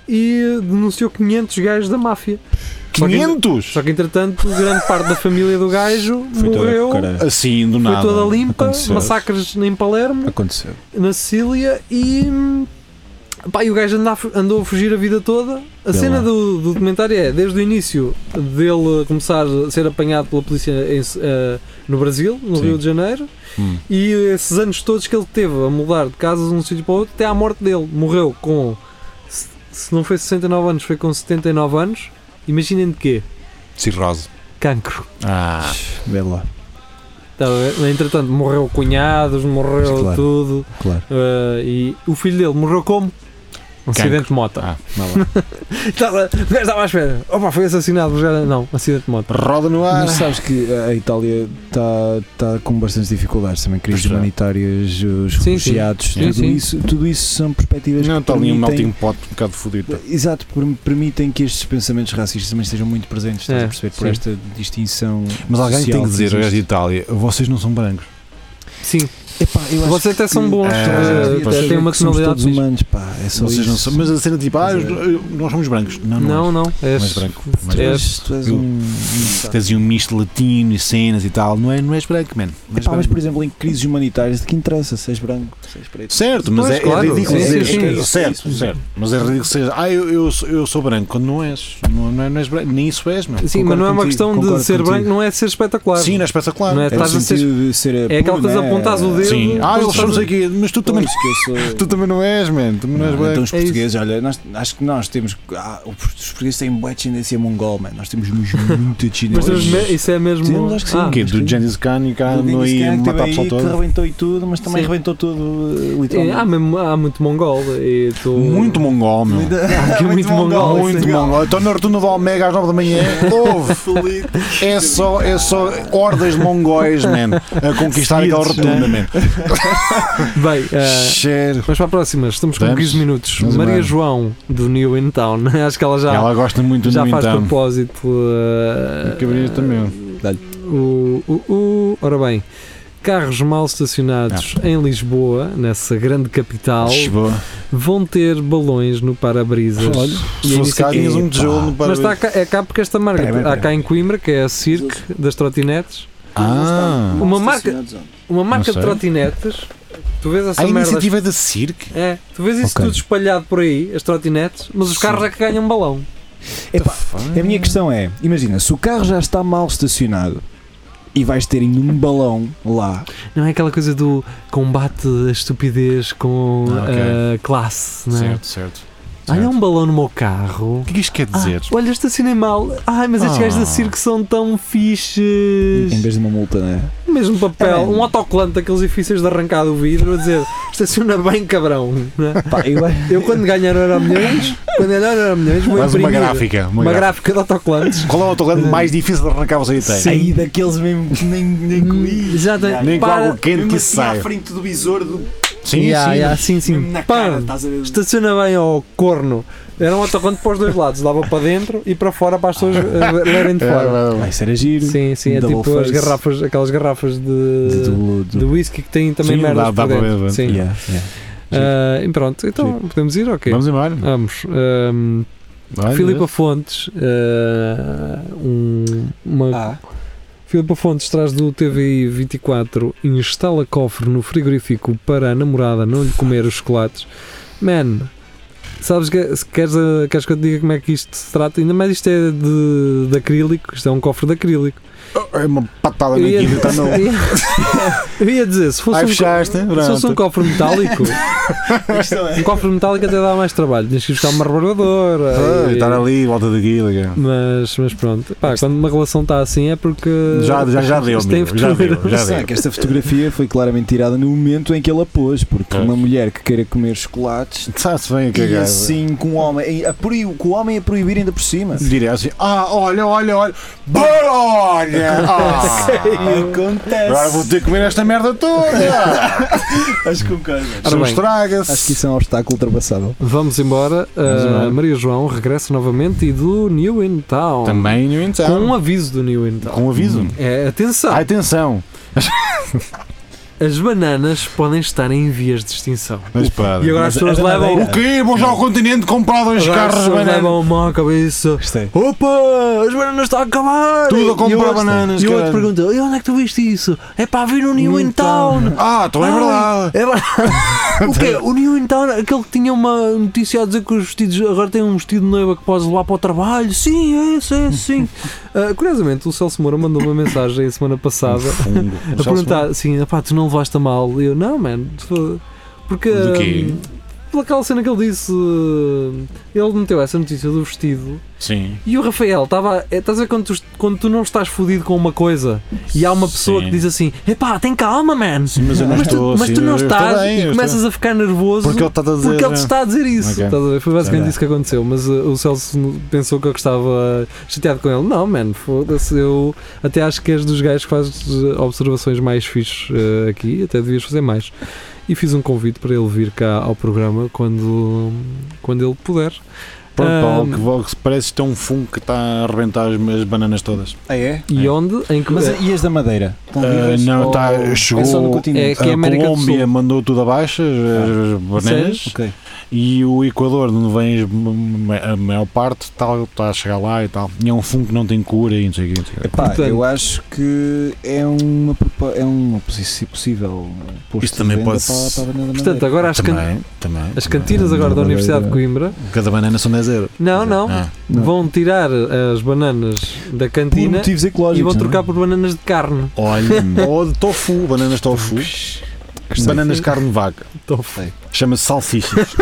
Speaker 3: e denunciou quinhentos gajos da máfia. Só que-
Speaker 4: quinhentos!
Speaker 3: Só que entretanto, grande parte da família do gajo
Speaker 2: Foi toda
Speaker 3: morreu,
Speaker 2: com caralho.
Speaker 4: Assim, do
Speaker 3: foi
Speaker 4: nada.
Speaker 3: toda limpa,
Speaker 2: Aconteceu.
Speaker 3: massacres em Palermo,
Speaker 2: Aconteceu.
Speaker 3: na Sicília, e hum, pá, e o gajo andou a, fu- andou a fugir a vida toda. A
Speaker 2: Vê
Speaker 3: cena
Speaker 2: lá.
Speaker 3: do, do documentário é desde o início dele começar a ser apanhado pela polícia em, eh, no Brasil, no
Speaker 4: Sim.
Speaker 3: Rio de Janeiro,
Speaker 4: Hum.
Speaker 3: e esses anos todos que ele teve a mudar de casas de um sítio para o outro até à morte dele. Morreu com, se, se não foi sessenta e nove anos, foi com setenta e nove anos. Imaginem de quê?
Speaker 4: Cirrose.
Speaker 3: Cancro.
Speaker 4: Ah,
Speaker 2: Vê lá,
Speaker 3: Tá a ver? Entretanto, morreu cunhados, morreu
Speaker 2: Claro.
Speaker 3: tudo.
Speaker 2: claro.
Speaker 3: eh, e o filho dele morreu como? Um acidente de moto.
Speaker 4: ah.
Speaker 2: Vá lá.
Speaker 3: Estava, o gajo estava à espera. Opa, foi assassinado. Já, não, acidente de moto.
Speaker 4: Roda no ar.
Speaker 2: Mas sabes que a Itália está tá com bastantes dificuldades também, crises
Speaker 4: Pois está.
Speaker 2: humanitárias, os
Speaker 3: Sim,
Speaker 2: refugiados,
Speaker 3: sim.
Speaker 2: tudo,
Speaker 3: Sim, sim.
Speaker 2: Isso, tudo isso são perspectivas
Speaker 4: Não,
Speaker 2: que
Speaker 4: está ali um
Speaker 2: permitem,
Speaker 4: melting pot um bocado fodido.
Speaker 2: exato, per- permitem que estes pensamentos racistas também estejam muito presentes, estás
Speaker 3: É,
Speaker 2: a perceber, por
Speaker 3: sim.
Speaker 2: esta distinção.
Speaker 4: Mas alguém
Speaker 2: social
Speaker 4: tem que dizer, o gajo de
Speaker 2: existe.
Speaker 4: Itália, vocês não são brancos.
Speaker 3: Sim,
Speaker 2: Epá, eu acho
Speaker 3: vocês até
Speaker 2: que-
Speaker 3: são bons.
Speaker 4: É,
Speaker 3: eh,
Speaker 4: pois
Speaker 3: até têm uma
Speaker 2: que somos
Speaker 3: tonalidade
Speaker 2: todos
Speaker 3: fixe.
Speaker 2: humanos, pá, é só
Speaker 4: Vocês
Speaker 2: isso.
Speaker 4: não são, mas a cena tipo, ah,
Speaker 2: Mas é-
Speaker 4: nós somos brancos. Não, não.
Speaker 3: Não, não. És,
Speaker 4: Mais branco. Mais
Speaker 2: Tu
Speaker 3: és-
Speaker 2: és, tu és
Speaker 4: Eu-
Speaker 2: um.
Speaker 4: Tens aí um misto latino e cenas e tal. Não, é, não és branco, man. Não és
Speaker 2: Epá, mas
Speaker 4: branco.
Speaker 2: por exemplo, em crises humanitárias, de que interessa se és branco, se és preto?
Speaker 4: Certo, mas
Speaker 3: Pois,
Speaker 4: é,
Speaker 3: claro.
Speaker 4: é ridículo
Speaker 3: Sim,
Speaker 4: dizer
Speaker 3: sim, sim.
Speaker 4: certo,
Speaker 2: Isso.
Speaker 4: certo. Mas é ridículo seja, ah, eu, eu, sou, eu sou branco, quando não és. Não, não, é- não és branco, nem isso és, meu.
Speaker 3: Sim,
Speaker 2: Concordo
Speaker 3: mas não é uma
Speaker 2: contigo,
Speaker 3: questão de
Speaker 2: concordo
Speaker 3: ser
Speaker 2: contigo.
Speaker 3: branco, não é ser espetacular.
Speaker 4: Sim, não é espetacular.
Speaker 3: Não é-
Speaker 2: É no
Speaker 3: Estás a ser-
Speaker 2: sentido de ser
Speaker 3: É aquela coisa de
Speaker 2: né,
Speaker 3: apontares o dedo dedo.
Speaker 4: Sim. Ah,
Speaker 3: depois
Speaker 4: eles são não sei o quê, mas tu também,
Speaker 2: Pois, que eu sou-
Speaker 4: tu também não és, man. Tu não és
Speaker 2: Não,
Speaker 4: bem.
Speaker 2: então os
Speaker 3: É isso.
Speaker 2: portugueses, olha, nós, acho que nós temos. Ah, os portugueses têm boa descendência mongol, man. Nós temos muita
Speaker 3: Mas temos
Speaker 2: descendência.
Speaker 3: me- isso é mesmo.
Speaker 2: Temos, acho que sim.
Speaker 3: Ah,
Speaker 4: O quê? Do Gengis Khan e o cara andou aí a matar o pessoal
Speaker 2: que
Speaker 4: todo.
Speaker 2: rebentou e tudo, mas também
Speaker 3: Sim.
Speaker 2: rebentou tudo,
Speaker 3: é,
Speaker 2: literalmente.
Speaker 3: há, mesmo, há muito mongol. E tu...
Speaker 4: Muito mongol, meu.
Speaker 3: aqui muito mongol,
Speaker 4: Muito
Speaker 3: sim.
Speaker 4: mongol. Então na rotunda do Omega às nove da manhã, ouve. É só, é só hordas de mongóis, man, a conquistar aquela rotunda, man.
Speaker 3: Bem, eh,
Speaker 4: Cheiro.
Speaker 3: vamos para a próxima. Estamos com
Speaker 4: Vamos?
Speaker 3: quinze minutos.
Speaker 4: Vamos
Speaker 3: Maria
Speaker 4: embora.
Speaker 3: João, do New In Town. Acho que ela já,
Speaker 4: Ela gosta muito
Speaker 3: já
Speaker 4: do
Speaker 3: faz
Speaker 4: então.
Speaker 3: propósito. eh,
Speaker 4: Caberia também.
Speaker 3: o, o, o- ora bem, carros mal estacionados
Speaker 4: Ah.
Speaker 3: em Lisboa, nessa grande capital,
Speaker 4: Lisboa.
Speaker 3: vão ter balões no para-brisas.
Speaker 2: Olha,
Speaker 3: E
Speaker 4: Se
Speaker 3: a
Speaker 4: fosse cá,
Speaker 3: iniciativa-
Speaker 4: tinhas um tijolo no
Speaker 3: Mas está
Speaker 4: para.
Speaker 3: cá, é cá porque esta marca,
Speaker 2: Peraí, peraí,
Speaker 3: há cá em Coimbra, que é a Cirque das trotinetes,
Speaker 4: Ah,
Speaker 3: uma marca, uma marca de
Speaker 4: sei.
Speaker 3: trotinetes. Tu vês essa
Speaker 4: a
Speaker 3: merda.
Speaker 4: iniciativa é da Cirque.
Speaker 3: É, tu vês isso
Speaker 2: Ok.
Speaker 3: tudo espalhado por aí, as trotinetes, mas os
Speaker 4: Sim.
Speaker 3: carros é que ganham um balão.
Speaker 2: Epá, a minha questão é: imagina, se o carro já está mal estacionado e vais ter ainda um balão lá,
Speaker 3: Não é aquela coisa do combate a estupidez com
Speaker 4: Ah, ok.
Speaker 3: a classe, não é?
Speaker 4: Certo, certo.
Speaker 3: Olha um balão no meu carro.
Speaker 4: O que é que isto quer
Speaker 3: Ah,
Speaker 4: dizer?
Speaker 3: olha, estacionei mal. Ai, mas estes
Speaker 4: Ah.
Speaker 3: gajos da Cirque são tão fixes.
Speaker 2: em vez de uma multa, não é?
Speaker 3: Mesmo papel,
Speaker 2: É.
Speaker 3: um autocolante daqueles difíceis de arrancar do vidro a dizer estaciona bem, cabrão. não é?
Speaker 2: Pá, eu,
Speaker 3: Eu, quando ganhar Euro Milhões, quando ganhar Euro Milhões, vou
Speaker 4: Mais uma
Speaker 3: imprimir
Speaker 4: gráfica. Uma
Speaker 3: uma
Speaker 4: gráfica.
Speaker 3: gráfica de autocolantes.
Speaker 4: Qual é o autocolante mais difícil de arrancar você aí tem?
Speaker 3: Sim.
Speaker 2: aí daqueles mesmo que nem, nem coí.
Speaker 3: Já tem.
Speaker 4: Nem com
Speaker 3: para-
Speaker 4: algo quente
Speaker 2: Mesmo
Speaker 4: que
Speaker 2: assim
Speaker 4: sai.
Speaker 2: à frente do visor do.
Speaker 4: Sim,
Speaker 3: Yeah,
Speaker 4: sim.
Speaker 3: yeah, sim, sim.
Speaker 2: Mesmo na
Speaker 3: Pá,
Speaker 2: cara, estás a ver?
Speaker 3: estaciona bem ao corno. Era um autocolante para os dois lados, dava para dentro e para fora para as pessoas eh, lerem de
Speaker 4: É,
Speaker 3: fora.
Speaker 4: vai, vai.
Speaker 2: Vai ser a giro.
Speaker 3: Sim, sim, é
Speaker 2: Double
Speaker 3: tipo as
Speaker 2: face.
Speaker 3: garrafas, aquelas garrafas de,
Speaker 2: Do- do-
Speaker 3: de whisky que têm também
Speaker 4: Sim,
Speaker 3: merdas
Speaker 4: dá- dá
Speaker 3: por
Speaker 4: para
Speaker 3: dentro.
Speaker 4: ver,
Speaker 3: Sim.
Speaker 2: Yeah, yeah.
Speaker 3: Ah, e pronto, então podemos ir? Ok.
Speaker 4: Vamos embora.
Speaker 3: Vamos. Ahm,
Speaker 4: Vai,
Speaker 3: Filipa Fontes, ah, um, uma,
Speaker 2: Ah,
Speaker 3: Filipa Fontes traz do T V I vinte e quatro, instala cofre no frigorífico para a namorada não lhe comer os chocolates. Man, sabes que se queres, a- queres que eu te diga como é que isto se trata? Ainda mais isto é de, de acrílico, isto é um cofre de acrílico.
Speaker 4: É uma patada
Speaker 3: Eu ia,
Speaker 4: naquilo. Está no.
Speaker 3: eu ia dizer, se fosse,
Speaker 4: Ai,
Speaker 3: um, co-
Speaker 4: fechaste.
Speaker 3: se fosse um
Speaker 4: Pronto.
Speaker 3: cofre metálico, um cofre metálico até dá mais trabalho. Tinhas que ir buscar uma rebarbadora.
Speaker 4: Ah,
Speaker 3: e-
Speaker 4: Estar ali, volta daquilo. cara.
Speaker 3: Mas, mas pronto, pá, quando uma relação está assim é porque
Speaker 4: Já, já, já deu,
Speaker 3: isto tem
Speaker 4: amigo, já
Speaker 3: futuro.
Speaker 4: deu. Já
Speaker 2: Sabe
Speaker 4: deu.
Speaker 2: que esta fotografia foi claramente tirada no momento em que ele a pôs, porque
Speaker 4: Pois.
Speaker 2: uma mulher que queira comer chocolates
Speaker 4: Está-se bem a
Speaker 2: e
Speaker 4: cagar.
Speaker 2: assim com o homem, a proib- com o homem a proibir ainda por cima.
Speaker 4: Diria assim: ah, olha, olha, olha. Bora, olha. Ah,
Speaker 2: Acontece.
Speaker 4: agora vou ter que comer esta merda toda.
Speaker 2: Acho que concordo.
Speaker 3: Ora
Speaker 4: Se não
Speaker 3: bem,
Speaker 4: estraga-se.
Speaker 2: Acho que isso é um obstáculo ultrapassável.
Speaker 3: Vamos embora.
Speaker 4: Vamos
Speaker 3: Uh,
Speaker 4: embora.
Speaker 3: Maria João regressa novamente e do New In Town.
Speaker 4: Também no
Speaker 3: Com
Speaker 4: então.
Speaker 3: um aviso do New In Town.
Speaker 4: Com aviso.
Speaker 3: É, atenção,
Speaker 4: Ah, atenção.
Speaker 3: as bananas podem estar em vias de extinção.
Speaker 4: Mas para.
Speaker 3: E agora as
Speaker 2: Mas
Speaker 3: pessoas
Speaker 2: a
Speaker 3: levam.
Speaker 2: madeira-
Speaker 4: O quê? Vou já ao continente comprar dois
Speaker 3: Agora as
Speaker 4: carros de
Speaker 3: pessoas
Speaker 4: banana.
Speaker 3: levam a mão à cabeça.
Speaker 2: Gostei.
Speaker 3: Opa, as bananas estão a acabar!
Speaker 4: Tudo a
Speaker 3: E eu-
Speaker 4: comprar bananas.
Speaker 3: E o outro
Speaker 4: caralho.
Speaker 3: pergunta: e onde é que tu viste isso? É para vir no New In Town!
Speaker 4: Ah, então é
Speaker 3: Ai,
Speaker 4: verdade.
Speaker 3: É verdade. O quê? O New In Town, aquele que tinha uma notícia a dizer que os vestidos agora tem um vestido de noiva que podes levar para o trabalho. Sim, é esse, é esse, sim. Ah, curiosamente, o Celso Moura mandou uma mensagem a semana passada
Speaker 4: Fundo.
Speaker 3: a perguntar assim: pá, tu não levaste a mal? E eu, não, man, tu- porque.
Speaker 4: Do quê?
Speaker 3: hum, Pelaquela cena que ele disse, hum, ele meteu essa notícia do vestido
Speaker 4: Sim.
Speaker 3: e o Rafael estava. é, Estás a ver quando tu, quando tu não estás fodido com uma coisa e há uma pessoa
Speaker 4: Sim.
Speaker 3: que diz assim: epá, tem calma, man.
Speaker 4: Sim, mas eu não
Speaker 3: Mas tu,
Speaker 4: estou
Speaker 3: mas
Speaker 4: assim,
Speaker 3: tu não
Speaker 4: eu estou
Speaker 3: estás
Speaker 4: bem,
Speaker 3: e
Speaker 4: eu
Speaker 3: começas
Speaker 4: estou-
Speaker 3: a ficar nervoso
Speaker 4: Porque ele está a dizer.
Speaker 3: porque ele te está a dizer isso.
Speaker 4: Ok.
Speaker 3: Estás a ver? Foi basicamente
Speaker 2: Ok.
Speaker 3: isso que aconteceu. Mas uh, o Celso pensou que eu estava chateado com ele. Não, man, foda-se. Eu até acho que és dos gajos que fazes uh, observações mais fixes uh, aqui. Até devias fazer mais. E fiz um convite para ele vir cá ao programa quando, quando ele puder.
Speaker 4: Pronto,
Speaker 3: Ah,
Speaker 4: Paulo, que vo- que parece que tem um fungo que está a arrebentar as, as bananas todas.
Speaker 2: Ah, é?
Speaker 3: E
Speaker 4: É.
Speaker 3: onde? Em que.
Speaker 2: Mas e as da Madeira? Estão
Speaker 4: Ah,
Speaker 2: vivas?
Speaker 4: não,
Speaker 2: Ou
Speaker 4: tá, chegou-
Speaker 2: É só no
Speaker 3: é
Speaker 2: continente.
Speaker 3: que é
Speaker 4: a
Speaker 3: América do
Speaker 4: Colômbia
Speaker 3: Sul.
Speaker 4: mandou tudo abaixo, as, as bananas,
Speaker 3: Sério?
Speaker 2: Ok.
Speaker 4: e o Equador, de onde vem as- a maior parte, está, está a chegar lá e tal. E é um fungo que não tem cura e não sei o quê. Não sei o quê.
Speaker 2: Epá,
Speaker 3: Portanto-
Speaker 2: eu acho que é uma, propo- é uma possi- possível posto
Speaker 4: Isso também
Speaker 2: de venda
Speaker 4: pode
Speaker 2: para,
Speaker 4: se-
Speaker 2: para a Avenida da
Speaker 3: Portanto,
Speaker 2: Madeira.
Speaker 3: agora as, can-
Speaker 4: Também, também.
Speaker 3: as cantinas agora da
Speaker 2: Não,
Speaker 3: Universidade de
Speaker 2: não.
Speaker 3: Coimbra.
Speaker 4: Cada banana são dez euros.
Speaker 3: Não, não.
Speaker 4: Ah.
Speaker 2: Não.
Speaker 3: Vão tirar as bananas da
Speaker 2: Por
Speaker 3: cantina
Speaker 2: motivos
Speaker 3: e
Speaker 2: ecológicos.
Speaker 3: vão
Speaker 2: não é?
Speaker 3: trocar por bananas de carne.
Speaker 4: Olha, ou de tofu, bananas de tofu. Bananas de carne de vaca.
Speaker 3: Tofu.
Speaker 4: Chama-se salsichas.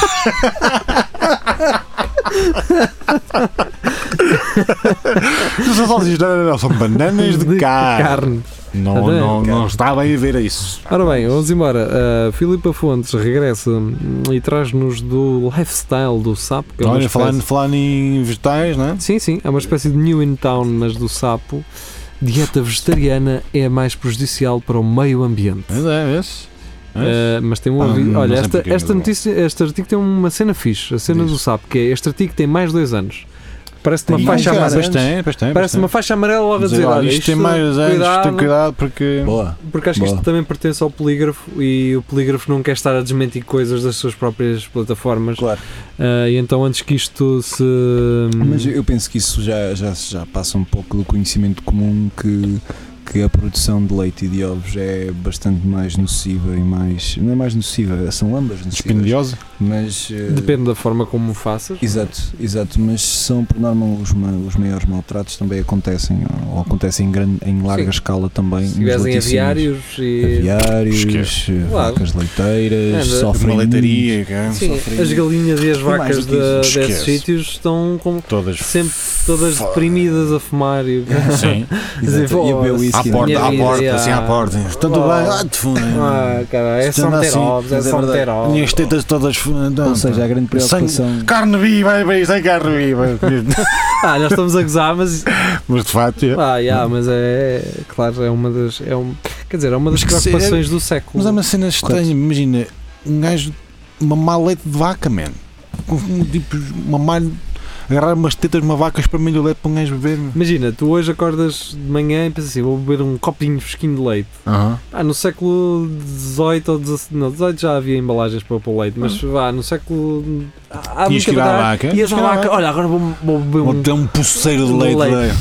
Speaker 4: Não são salsichas, não, não, não, são bananas de,
Speaker 3: De
Speaker 4: carne.
Speaker 3: carne.
Speaker 4: Não,
Speaker 3: Até
Speaker 4: não,
Speaker 2: carne.
Speaker 4: não está bem a ver isso.
Speaker 3: Ora bem, vamos embora. A Filipa Fontes regressa hum, e traz-nos do lifestyle do sapo. Que é uma
Speaker 4: Olha,
Speaker 3: espécie-
Speaker 4: falar, falar em vegetais, não é?
Speaker 3: Sim, sim, é uma espécie de New in Town, mas do sapo. Dieta vegetariana é a mais prejudicial para o meio ambiente.
Speaker 4: Mas é, vês?
Speaker 3: Uh, mas tem um
Speaker 4: Ah, não-
Speaker 3: aviso.
Speaker 4: não
Speaker 3: Olha,
Speaker 4: sei
Speaker 3: esta,
Speaker 4: porquê,
Speaker 3: esta
Speaker 4: mas
Speaker 3: notícia, este artigo tem uma cena fixe, a cena
Speaker 4: Diz.
Speaker 3: do sapo, que é este artigo tem mais de dois anos. Parece-te uma
Speaker 2: Tem
Speaker 3: faixa
Speaker 2: mais,
Speaker 3: amarela.
Speaker 4: Pois tem, pois tem.
Speaker 3: Parece uma faixa amarela logo a
Speaker 4: Dizer,
Speaker 3: dizer,
Speaker 4: olha,
Speaker 3: olha,
Speaker 4: isto tem mais anos,
Speaker 3: cuidado,
Speaker 4: tem cuidado porque.
Speaker 2: Boa.
Speaker 3: porque acho que isto
Speaker 2: Boa.
Speaker 3: também pertence ao polígrafo e o polígrafo não quer estar a desmentir coisas das suas próprias plataformas.
Speaker 2: Claro.
Speaker 3: Uh, e então antes que isto se...
Speaker 2: Mas eu penso que isso já, já, já passa um pouco do conhecimento comum que, que a produção de leite e de ovos é bastante mais nociva e mais. Não é mais nociva, são ambas nocivas.
Speaker 4: Dispendiosa.
Speaker 2: Mas. eh,
Speaker 3: Depende da forma como o faças.
Speaker 2: Exato, exato, mas são por norma os, ma- os maiores maltratos também acontecem, ou acontecem em, grande, em larga
Speaker 3: Sim.
Speaker 2: escala também.
Speaker 3: Se
Speaker 2: nos
Speaker 3: tivessem
Speaker 2: laticínios.
Speaker 3: aviários e...
Speaker 2: Aviários,
Speaker 4: Esquece.
Speaker 2: eh,
Speaker 3: Claro.
Speaker 2: vacas leiteiras,
Speaker 3: É, de-
Speaker 2: sofrem
Speaker 4: Uma leitaria,
Speaker 2: muito.
Speaker 4: cara.
Speaker 3: Sim,
Speaker 2: sofrem-
Speaker 3: as galinhas e as
Speaker 2: E mais
Speaker 3: vacas
Speaker 2: do que
Speaker 3: de-
Speaker 2: isso,
Speaker 3: desses
Speaker 4: esquece.
Speaker 3: sítios estão como
Speaker 4: Todas.
Speaker 3: sempre todas
Speaker 4: Foda.
Speaker 3: deprimidas a fumar e
Speaker 4: Sim.
Speaker 2: Exato, e a beber
Speaker 3: À
Speaker 4: À
Speaker 2: whisky,
Speaker 4: porta,
Speaker 3: minha
Speaker 4: à
Speaker 3: vida,
Speaker 4: porta,
Speaker 3: já.
Speaker 4: assim à porta. Tanto
Speaker 3: Oh.
Speaker 4: bem, ah, te fundo.
Speaker 3: ah, cara, é
Speaker 4: Isto
Speaker 3: só
Speaker 4: anda
Speaker 3: meter
Speaker 4: assim,
Speaker 3: ovos, é
Speaker 2: mas é
Speaker 3: só meter
Speaker 2: verdade.
Speaker 3: ovos.
Speaker 4: Minhas tetas todas.
Speaker 2: ou seja, a grande preocupação.
Speaker 4: Carne viva, é bem, sem carne viva.
Speaker 3: Ah, nós estamos a gozar, mas
Speaker 4: Mas de facto, é.
Speaker 3: ah, yeah, mas é claro, é uma das é um, quer dizer, é uma das
Speaker 4: Mas que se-
Speaker 3: preocupações do século.
Speaker 4: Mas é uma cena estranha. Imagina, um gajo mamar leite de vaca, man. Com, um Tipo, mamar, agarrar umas tetas de uma vaca, espremer o leite para um gajo beber.
Speaker 3: Imagina, tu hoje acordas de manhã e pensas assim, vou beber um copinho fresquinho de leite.
Speaker 4: Aham.
Speaker 3: Ah, no século dezoito ou dezassete, não, dezoito já havia embalagens para pôr leite, mas vá, no século há
Speaker 4: Ias
Speaker 3: muita
Speaker 4: tirar a
Speaker 3: verdade.
Speaker 4: vaca.
Speaker 3: Ias à
Speaker 4: tirar a
Speaker 3: vaca, olha, agora vou, vou beber
Speaker 4: Vou
Speaker 3: um.
Speaker 4: ter um poceiro de
Speaker 3: de
Speaker 4: leite.
Speaker 3: leite.
Speaker 4: daí.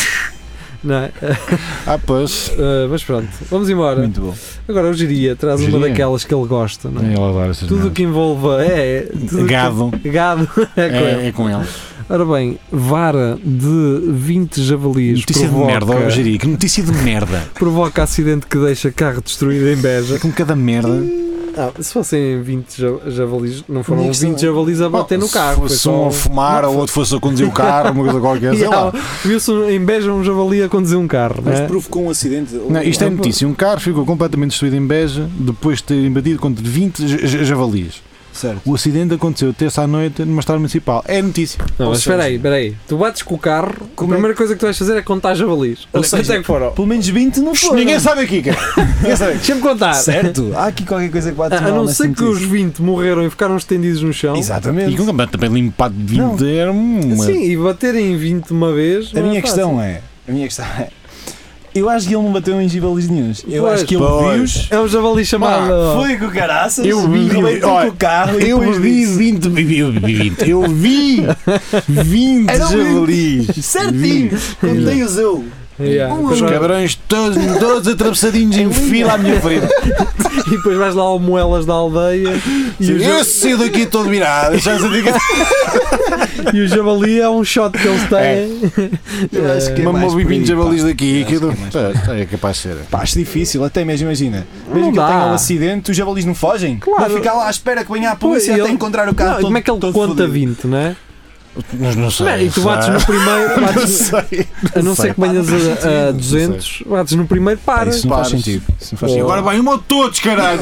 Speaker 3: Não é?
Speaker 4: Ah, pois.
Speaker 3: Ah, mas pronto, vamos embora.
Speaker 2: Muito bom.
Speaker 3: Agora o Giria traz
Speaker 4: O
Speaker 3: uma
Speaker 4: Giria?
Speaker 3: daquelas que ele gosta, não é?
Speaker 4: É, ele adora essas
Speaker 3: Tudo o
Speaker 4: merdas.
Speaker 3: que envolva é. Tudo
Speaker 4: Gado.
Speaker 3: Que, gado é com ele.
Speaker 4: É, é com ele.
Speaker 3: Ora bem, vara de vinte javalis
Speaker 4: Notícia de
Speaker 3: provoca,
Speaker 4: merda, ó, Jiri. Que notícia de merda.
Speaker 3: provoca acidente que deixa carro destruído em Beja.
Speaker 4: É com cada merda.
Speaker 3: Ah, se fossem vinte ja- javalis, não foram
Speaker 2: Minha questão
Speaker 3: vinte
Speaker 2: é-
Speaker 3: javalis a bater no
Speaker 4: Se
Speaker 3: carro. foi
Speaker 4: fosse
Speaker 3: só
Speaker 4: um a fumar, ou outro fosse a conduzir o carro, uma coisa qualquer, sei lá.
Speaker 3: Yeah, viu-se em Beja um javali a conduzir um carro.
Speaker 2: Mas
Speaker 3: Não é?
Speaker 2: provocou um acidente.
Speaker 4: Não, isto é notícia. Um carro ficou completamente destruído em Beja depois de ter embatido contra vinte j- j- javalis.
Speaker 2: Certo.
Speaker 4: O acidente aconteceu terça à noite numa estrada municipal. É notícia.
Speaker 3: Não,
Speaker 2: Ou
Speaker 3: mas espera
Speaker 2: seja-
Speaker 3: aí, espera aí. Tu bates com o carro, a
Speaker 2: Como é
Speaker 3: primeira coisa que tu vais fazer é contar javalis.
Speaker 2: Ou
Speaker 3: Olha,
Speaker 2: seja,
Speaker 3: quanto é que foram?
Speaker 2: Pelo menos vinte não foram.
Speaker 4: Ninguém sabe aqui, cara. Ninguém sabe aqui.
Speaker 3: Deixa-me contar.
Speaker 2: Certo. Há aqui qualquer coisa que bate
Speaker 3: A, a
Speaker 2: mal
Speaker 3: não
Speaker 2: nessa
Speaker 3: ser que os
Speaker 2: notícia.
Speaker 3: vinte morreram e ficaram estendidos no chão.
Speaker 2: Exatamente.
Speaker 4: E com também limpado de vinte
Speaker 2: Não.
Speaker 4: era uma.
Speaker 3: Sim, e baterem em vinte uma vez.
Speaker 2: A
Speaker 3: não
Speaker 2: minha
Speaker 3: é
Speaker 2: questão
Speaker 3: fácil.
Speaker 2: é. A minha questão é. Eu acho que ele não bateu em gibalis nenhuns. Eu
Speaker 3: Pois,
Speaker 2: acho que ele
Speaker 4: pois.
Speaker 2: viu-os.
Speaker 3: É um javali chamado.
Speaker 2: Foi com caraças.
Speaker 4: Eu vi,
Speaker 2: rebeitou
Speaker 4: olha,
Speaker 2: com o carro e
Speaker 4: Eu
Speaker 2: depois
Speaker 4: vi
Speaker 2: disse,
Speaker 4: vinte, eu vi vinte, eu vi vinte
Speaker 2: Eram
Speaker 4: javalis.
Speaker 2: certinho. Contei-os eu.
Speaker 3: Yeah.
Speaker 2: Um
Speaker 3: Depois
Speaker 4: Os
Speaker 3: vai-
Speaker 4: cabrões todos, todos atravessadinhos em fila à minha frente.
Speaker 3: E depois vais lá ao Moelas da aldeia e o,
Speaker 4: Eu
Speaker 3: ja-
Speaker 4: saio daqui todo virado. Já sabia que
Speaker 3: e o javali é um shot que eles têm.
Speaker 2: Eu acho que é
Speaker 4: Mamou
Speaker 2: mais por aí,
Speaker 4: vinte javalis
Speaker 2: pá.
Speaker 4: daqui.
Speaker 2: Eu acho
Speaker 4: aquilo-
Speaker 2: que é mais por
Speaker 4: É, é capaz de ser.
Speaker 2: Pá, acho difícil, até mesmo imagina.
Speaker 3: Não
Speaker 2: Mesmo que ele
Speaker 3: dá.
Speaker 2: tenha um acidente, os javalis não fogem?
Speaker 3: Claro.
Speaker 2: Vai ficar lá à espera que venha a
Speaker 3: Pois,
Speaker 2: polícia
Speaker 3: ele-
Speaker 2: até encontrar o carro
Speaker 3: Não,
Speaker 2: todo,
Speaker 3: como é que ele
Speaker 2: todo
Speaker 3: conta
Speaker 2: fodido.
Speaker 3: vinte, não é?
Speaker 4: Mas não sei.
Speaker 3: Não, e tu bates no primeiro,
Speaker 4: Não
Speaker 3: bates,
Speaker 4: sei.
Speaker 3: a não
Speaker 4: sei.
Speaker 3: ser que venhas
Speaker 2: Pá, não faz
Speaker 3: a, a
Speaker 2: sentido,
Speaker 3: duzentos, bates no primeiro,
Speaker 2: Pá,
Speaker 3: para.
Speaker 2: isso não faz
Speaker 4: Paras.
Speaker 2: sentido. Isso não faz
Speaker 3: Oh.
Speaker 2: sentido.
Speaker 4: Agora vai um a todos, caralho.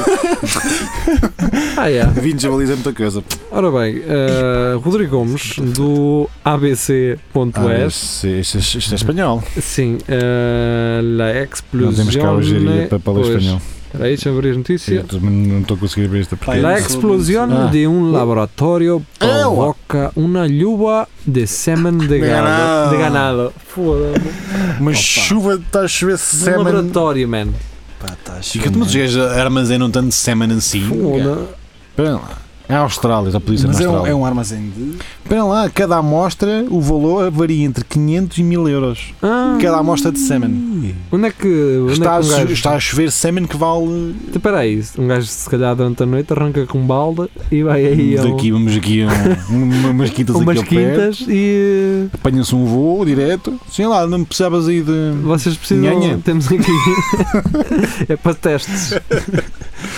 Speaker 3: Ah, é.
Speaker 4: vinte javalis é muita coisa.
Speaker 3: Ora bem, eh, Rodrigo Gomes, do A B C ponto
Speaker 4: Ah,
Speaker 3: S,
Speaker 4: isto, isto, isto é espanhol.
Speaker 3: sim, eh, La
Speaker 4: Não temos cá o geria
Speaker 3: Explosione.
Speaker 4: para, para ler
Speaker 3: Pois.
Speaker 4: espanhol.
Speaker 3: Espera aí, deixa eu abrir a notícia.
Speaker 4: Eu também não estou a conseguir abrir esta porque.
Speaker 3: La
Speaker 2: Pai,
Speaker 3: explosión
Speaker 4: Ah.
Speaker 3: de un laboratorio
Speaker 4: Ah,
Speaker 3: provoca una lluvia de semen de
Speaker 4: De
Speaker 3: gado.
Speaker 4: ganado.
Speaker 3: De ganado. Foda-me.
Speaker 4: Uma
Speaker 2: Opa.
Speaker 4: chuva está a chover
Speaker 3: Um
Speaker 4: semen.
Speaker 3: laboratório, man.
Speaker 2: Pá, tá
Speaker 4: E que os gajos armazenam tanto semen assim?
Speaker 3: Foda.
Speaker 4: Espera lá. É a Austrália, a polícia
Speaker 2: Mas
Speaker 4: na
Speaker 2: é um,
Speaker 4: Austrália.
Speaker 2: é um armazém de.
Speaker 4: Espera lá, cada amostra, o valor varia entre quinhentos e mil euros.
Speaker 3: Ah,
Speaker 4: Cada amostra de semen.
Speaker 3: onde é que. Onde
Speaker 4: Está,
Speaker 3: é
Speaker 4: a,
Speaker 3: que um
Speaker 4: cho-
Speaker 3: gajo.
Speaker 4: está a chover semen que vale
Speaker 3: Espera aí, um gajo se calhar durante a noite arranca com balda e vai aí a um-
Speaker 4: daqui, vamos aqui a um, uma- umas quintas
Speaker 3: umas
Speaker 4: aqui ao pé.
Speaker 3: quintas e
Speaker 4: Apanha-se um voo direto. Sei lá, não precisavas aí de.
Speaker 3: vocês precisam.
Speaker 4: Nhanha.
Speaker 3: Temos aqui. É para testes.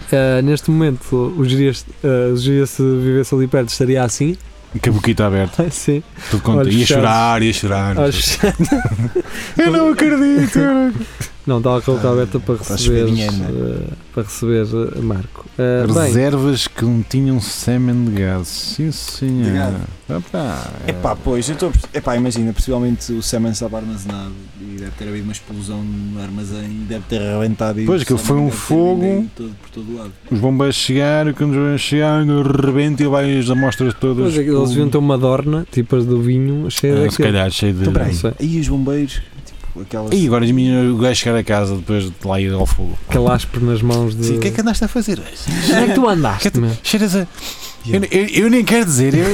Speaker 3: Uh, neste momento, o Giria, uh, o Giria, se vivesse ali perto, estaria assim.
Speaker 4: Com a boquita aberta.
Speaker 3: Sim.
Speaker 4: Tudo contente. Ia chorar, ia chorar. Eu não acredito.
Speaker 3: Não, estava com a boca aberta para
Speaker 2: para
Speaker 3: receber,
Speaker 2: receber dinheiro, né?
Speaker 3: uh, para receber uh, Marco. Uh, bem,
Speaker 4: Reservas que continham sêmen de gás. Sim, senhor.
Speaker 2: De
Speaker 4: Opa,
Speaker 2: É pá, pois, eu estou. Epá, imagina, possivelmente o semen estava armazenado e deve ter havido uma explosão no armazém e deve ter arrebentado. E
Speaker 4: Pois,
Speaker 2: o
Speaker 4: aquilo foi
Speaker 2: semen
Speaker 4: um
Speaker 2: deve ter
Speaker 4: fogo.
Speaker 2: vindo aí Todo, por todo lado.
Speaker 4: Os bombeiros chegaram, quando os bombeiros chegaram, de repente ele vai as amostras todas.
Speaker 3: pois é que eles deviam ter uma dorna, tipo as do vinho, cheia
Speaker 4: Ah,
Speaker 3: daquilo.
Speaker 4: se calhar, cheio de.
Speaker 2: Então, peraí,
Speaker 3: sei.
Speaker 2: aí os bombeiros, tipo, aquelas.
Speaker 4: E agora imagina o gajo chegar a casa depois de lá ir ao fogo.
Speaker 3: Aquele asper nas mãos de.
Speaker 4: Sim, o que é que andaste a fazer hoje?
Speaker 3: Onde é que tu andaste, meu?
Speaker 4: Cheiras a. Eu, eu, eu nem quero dizer. Eu...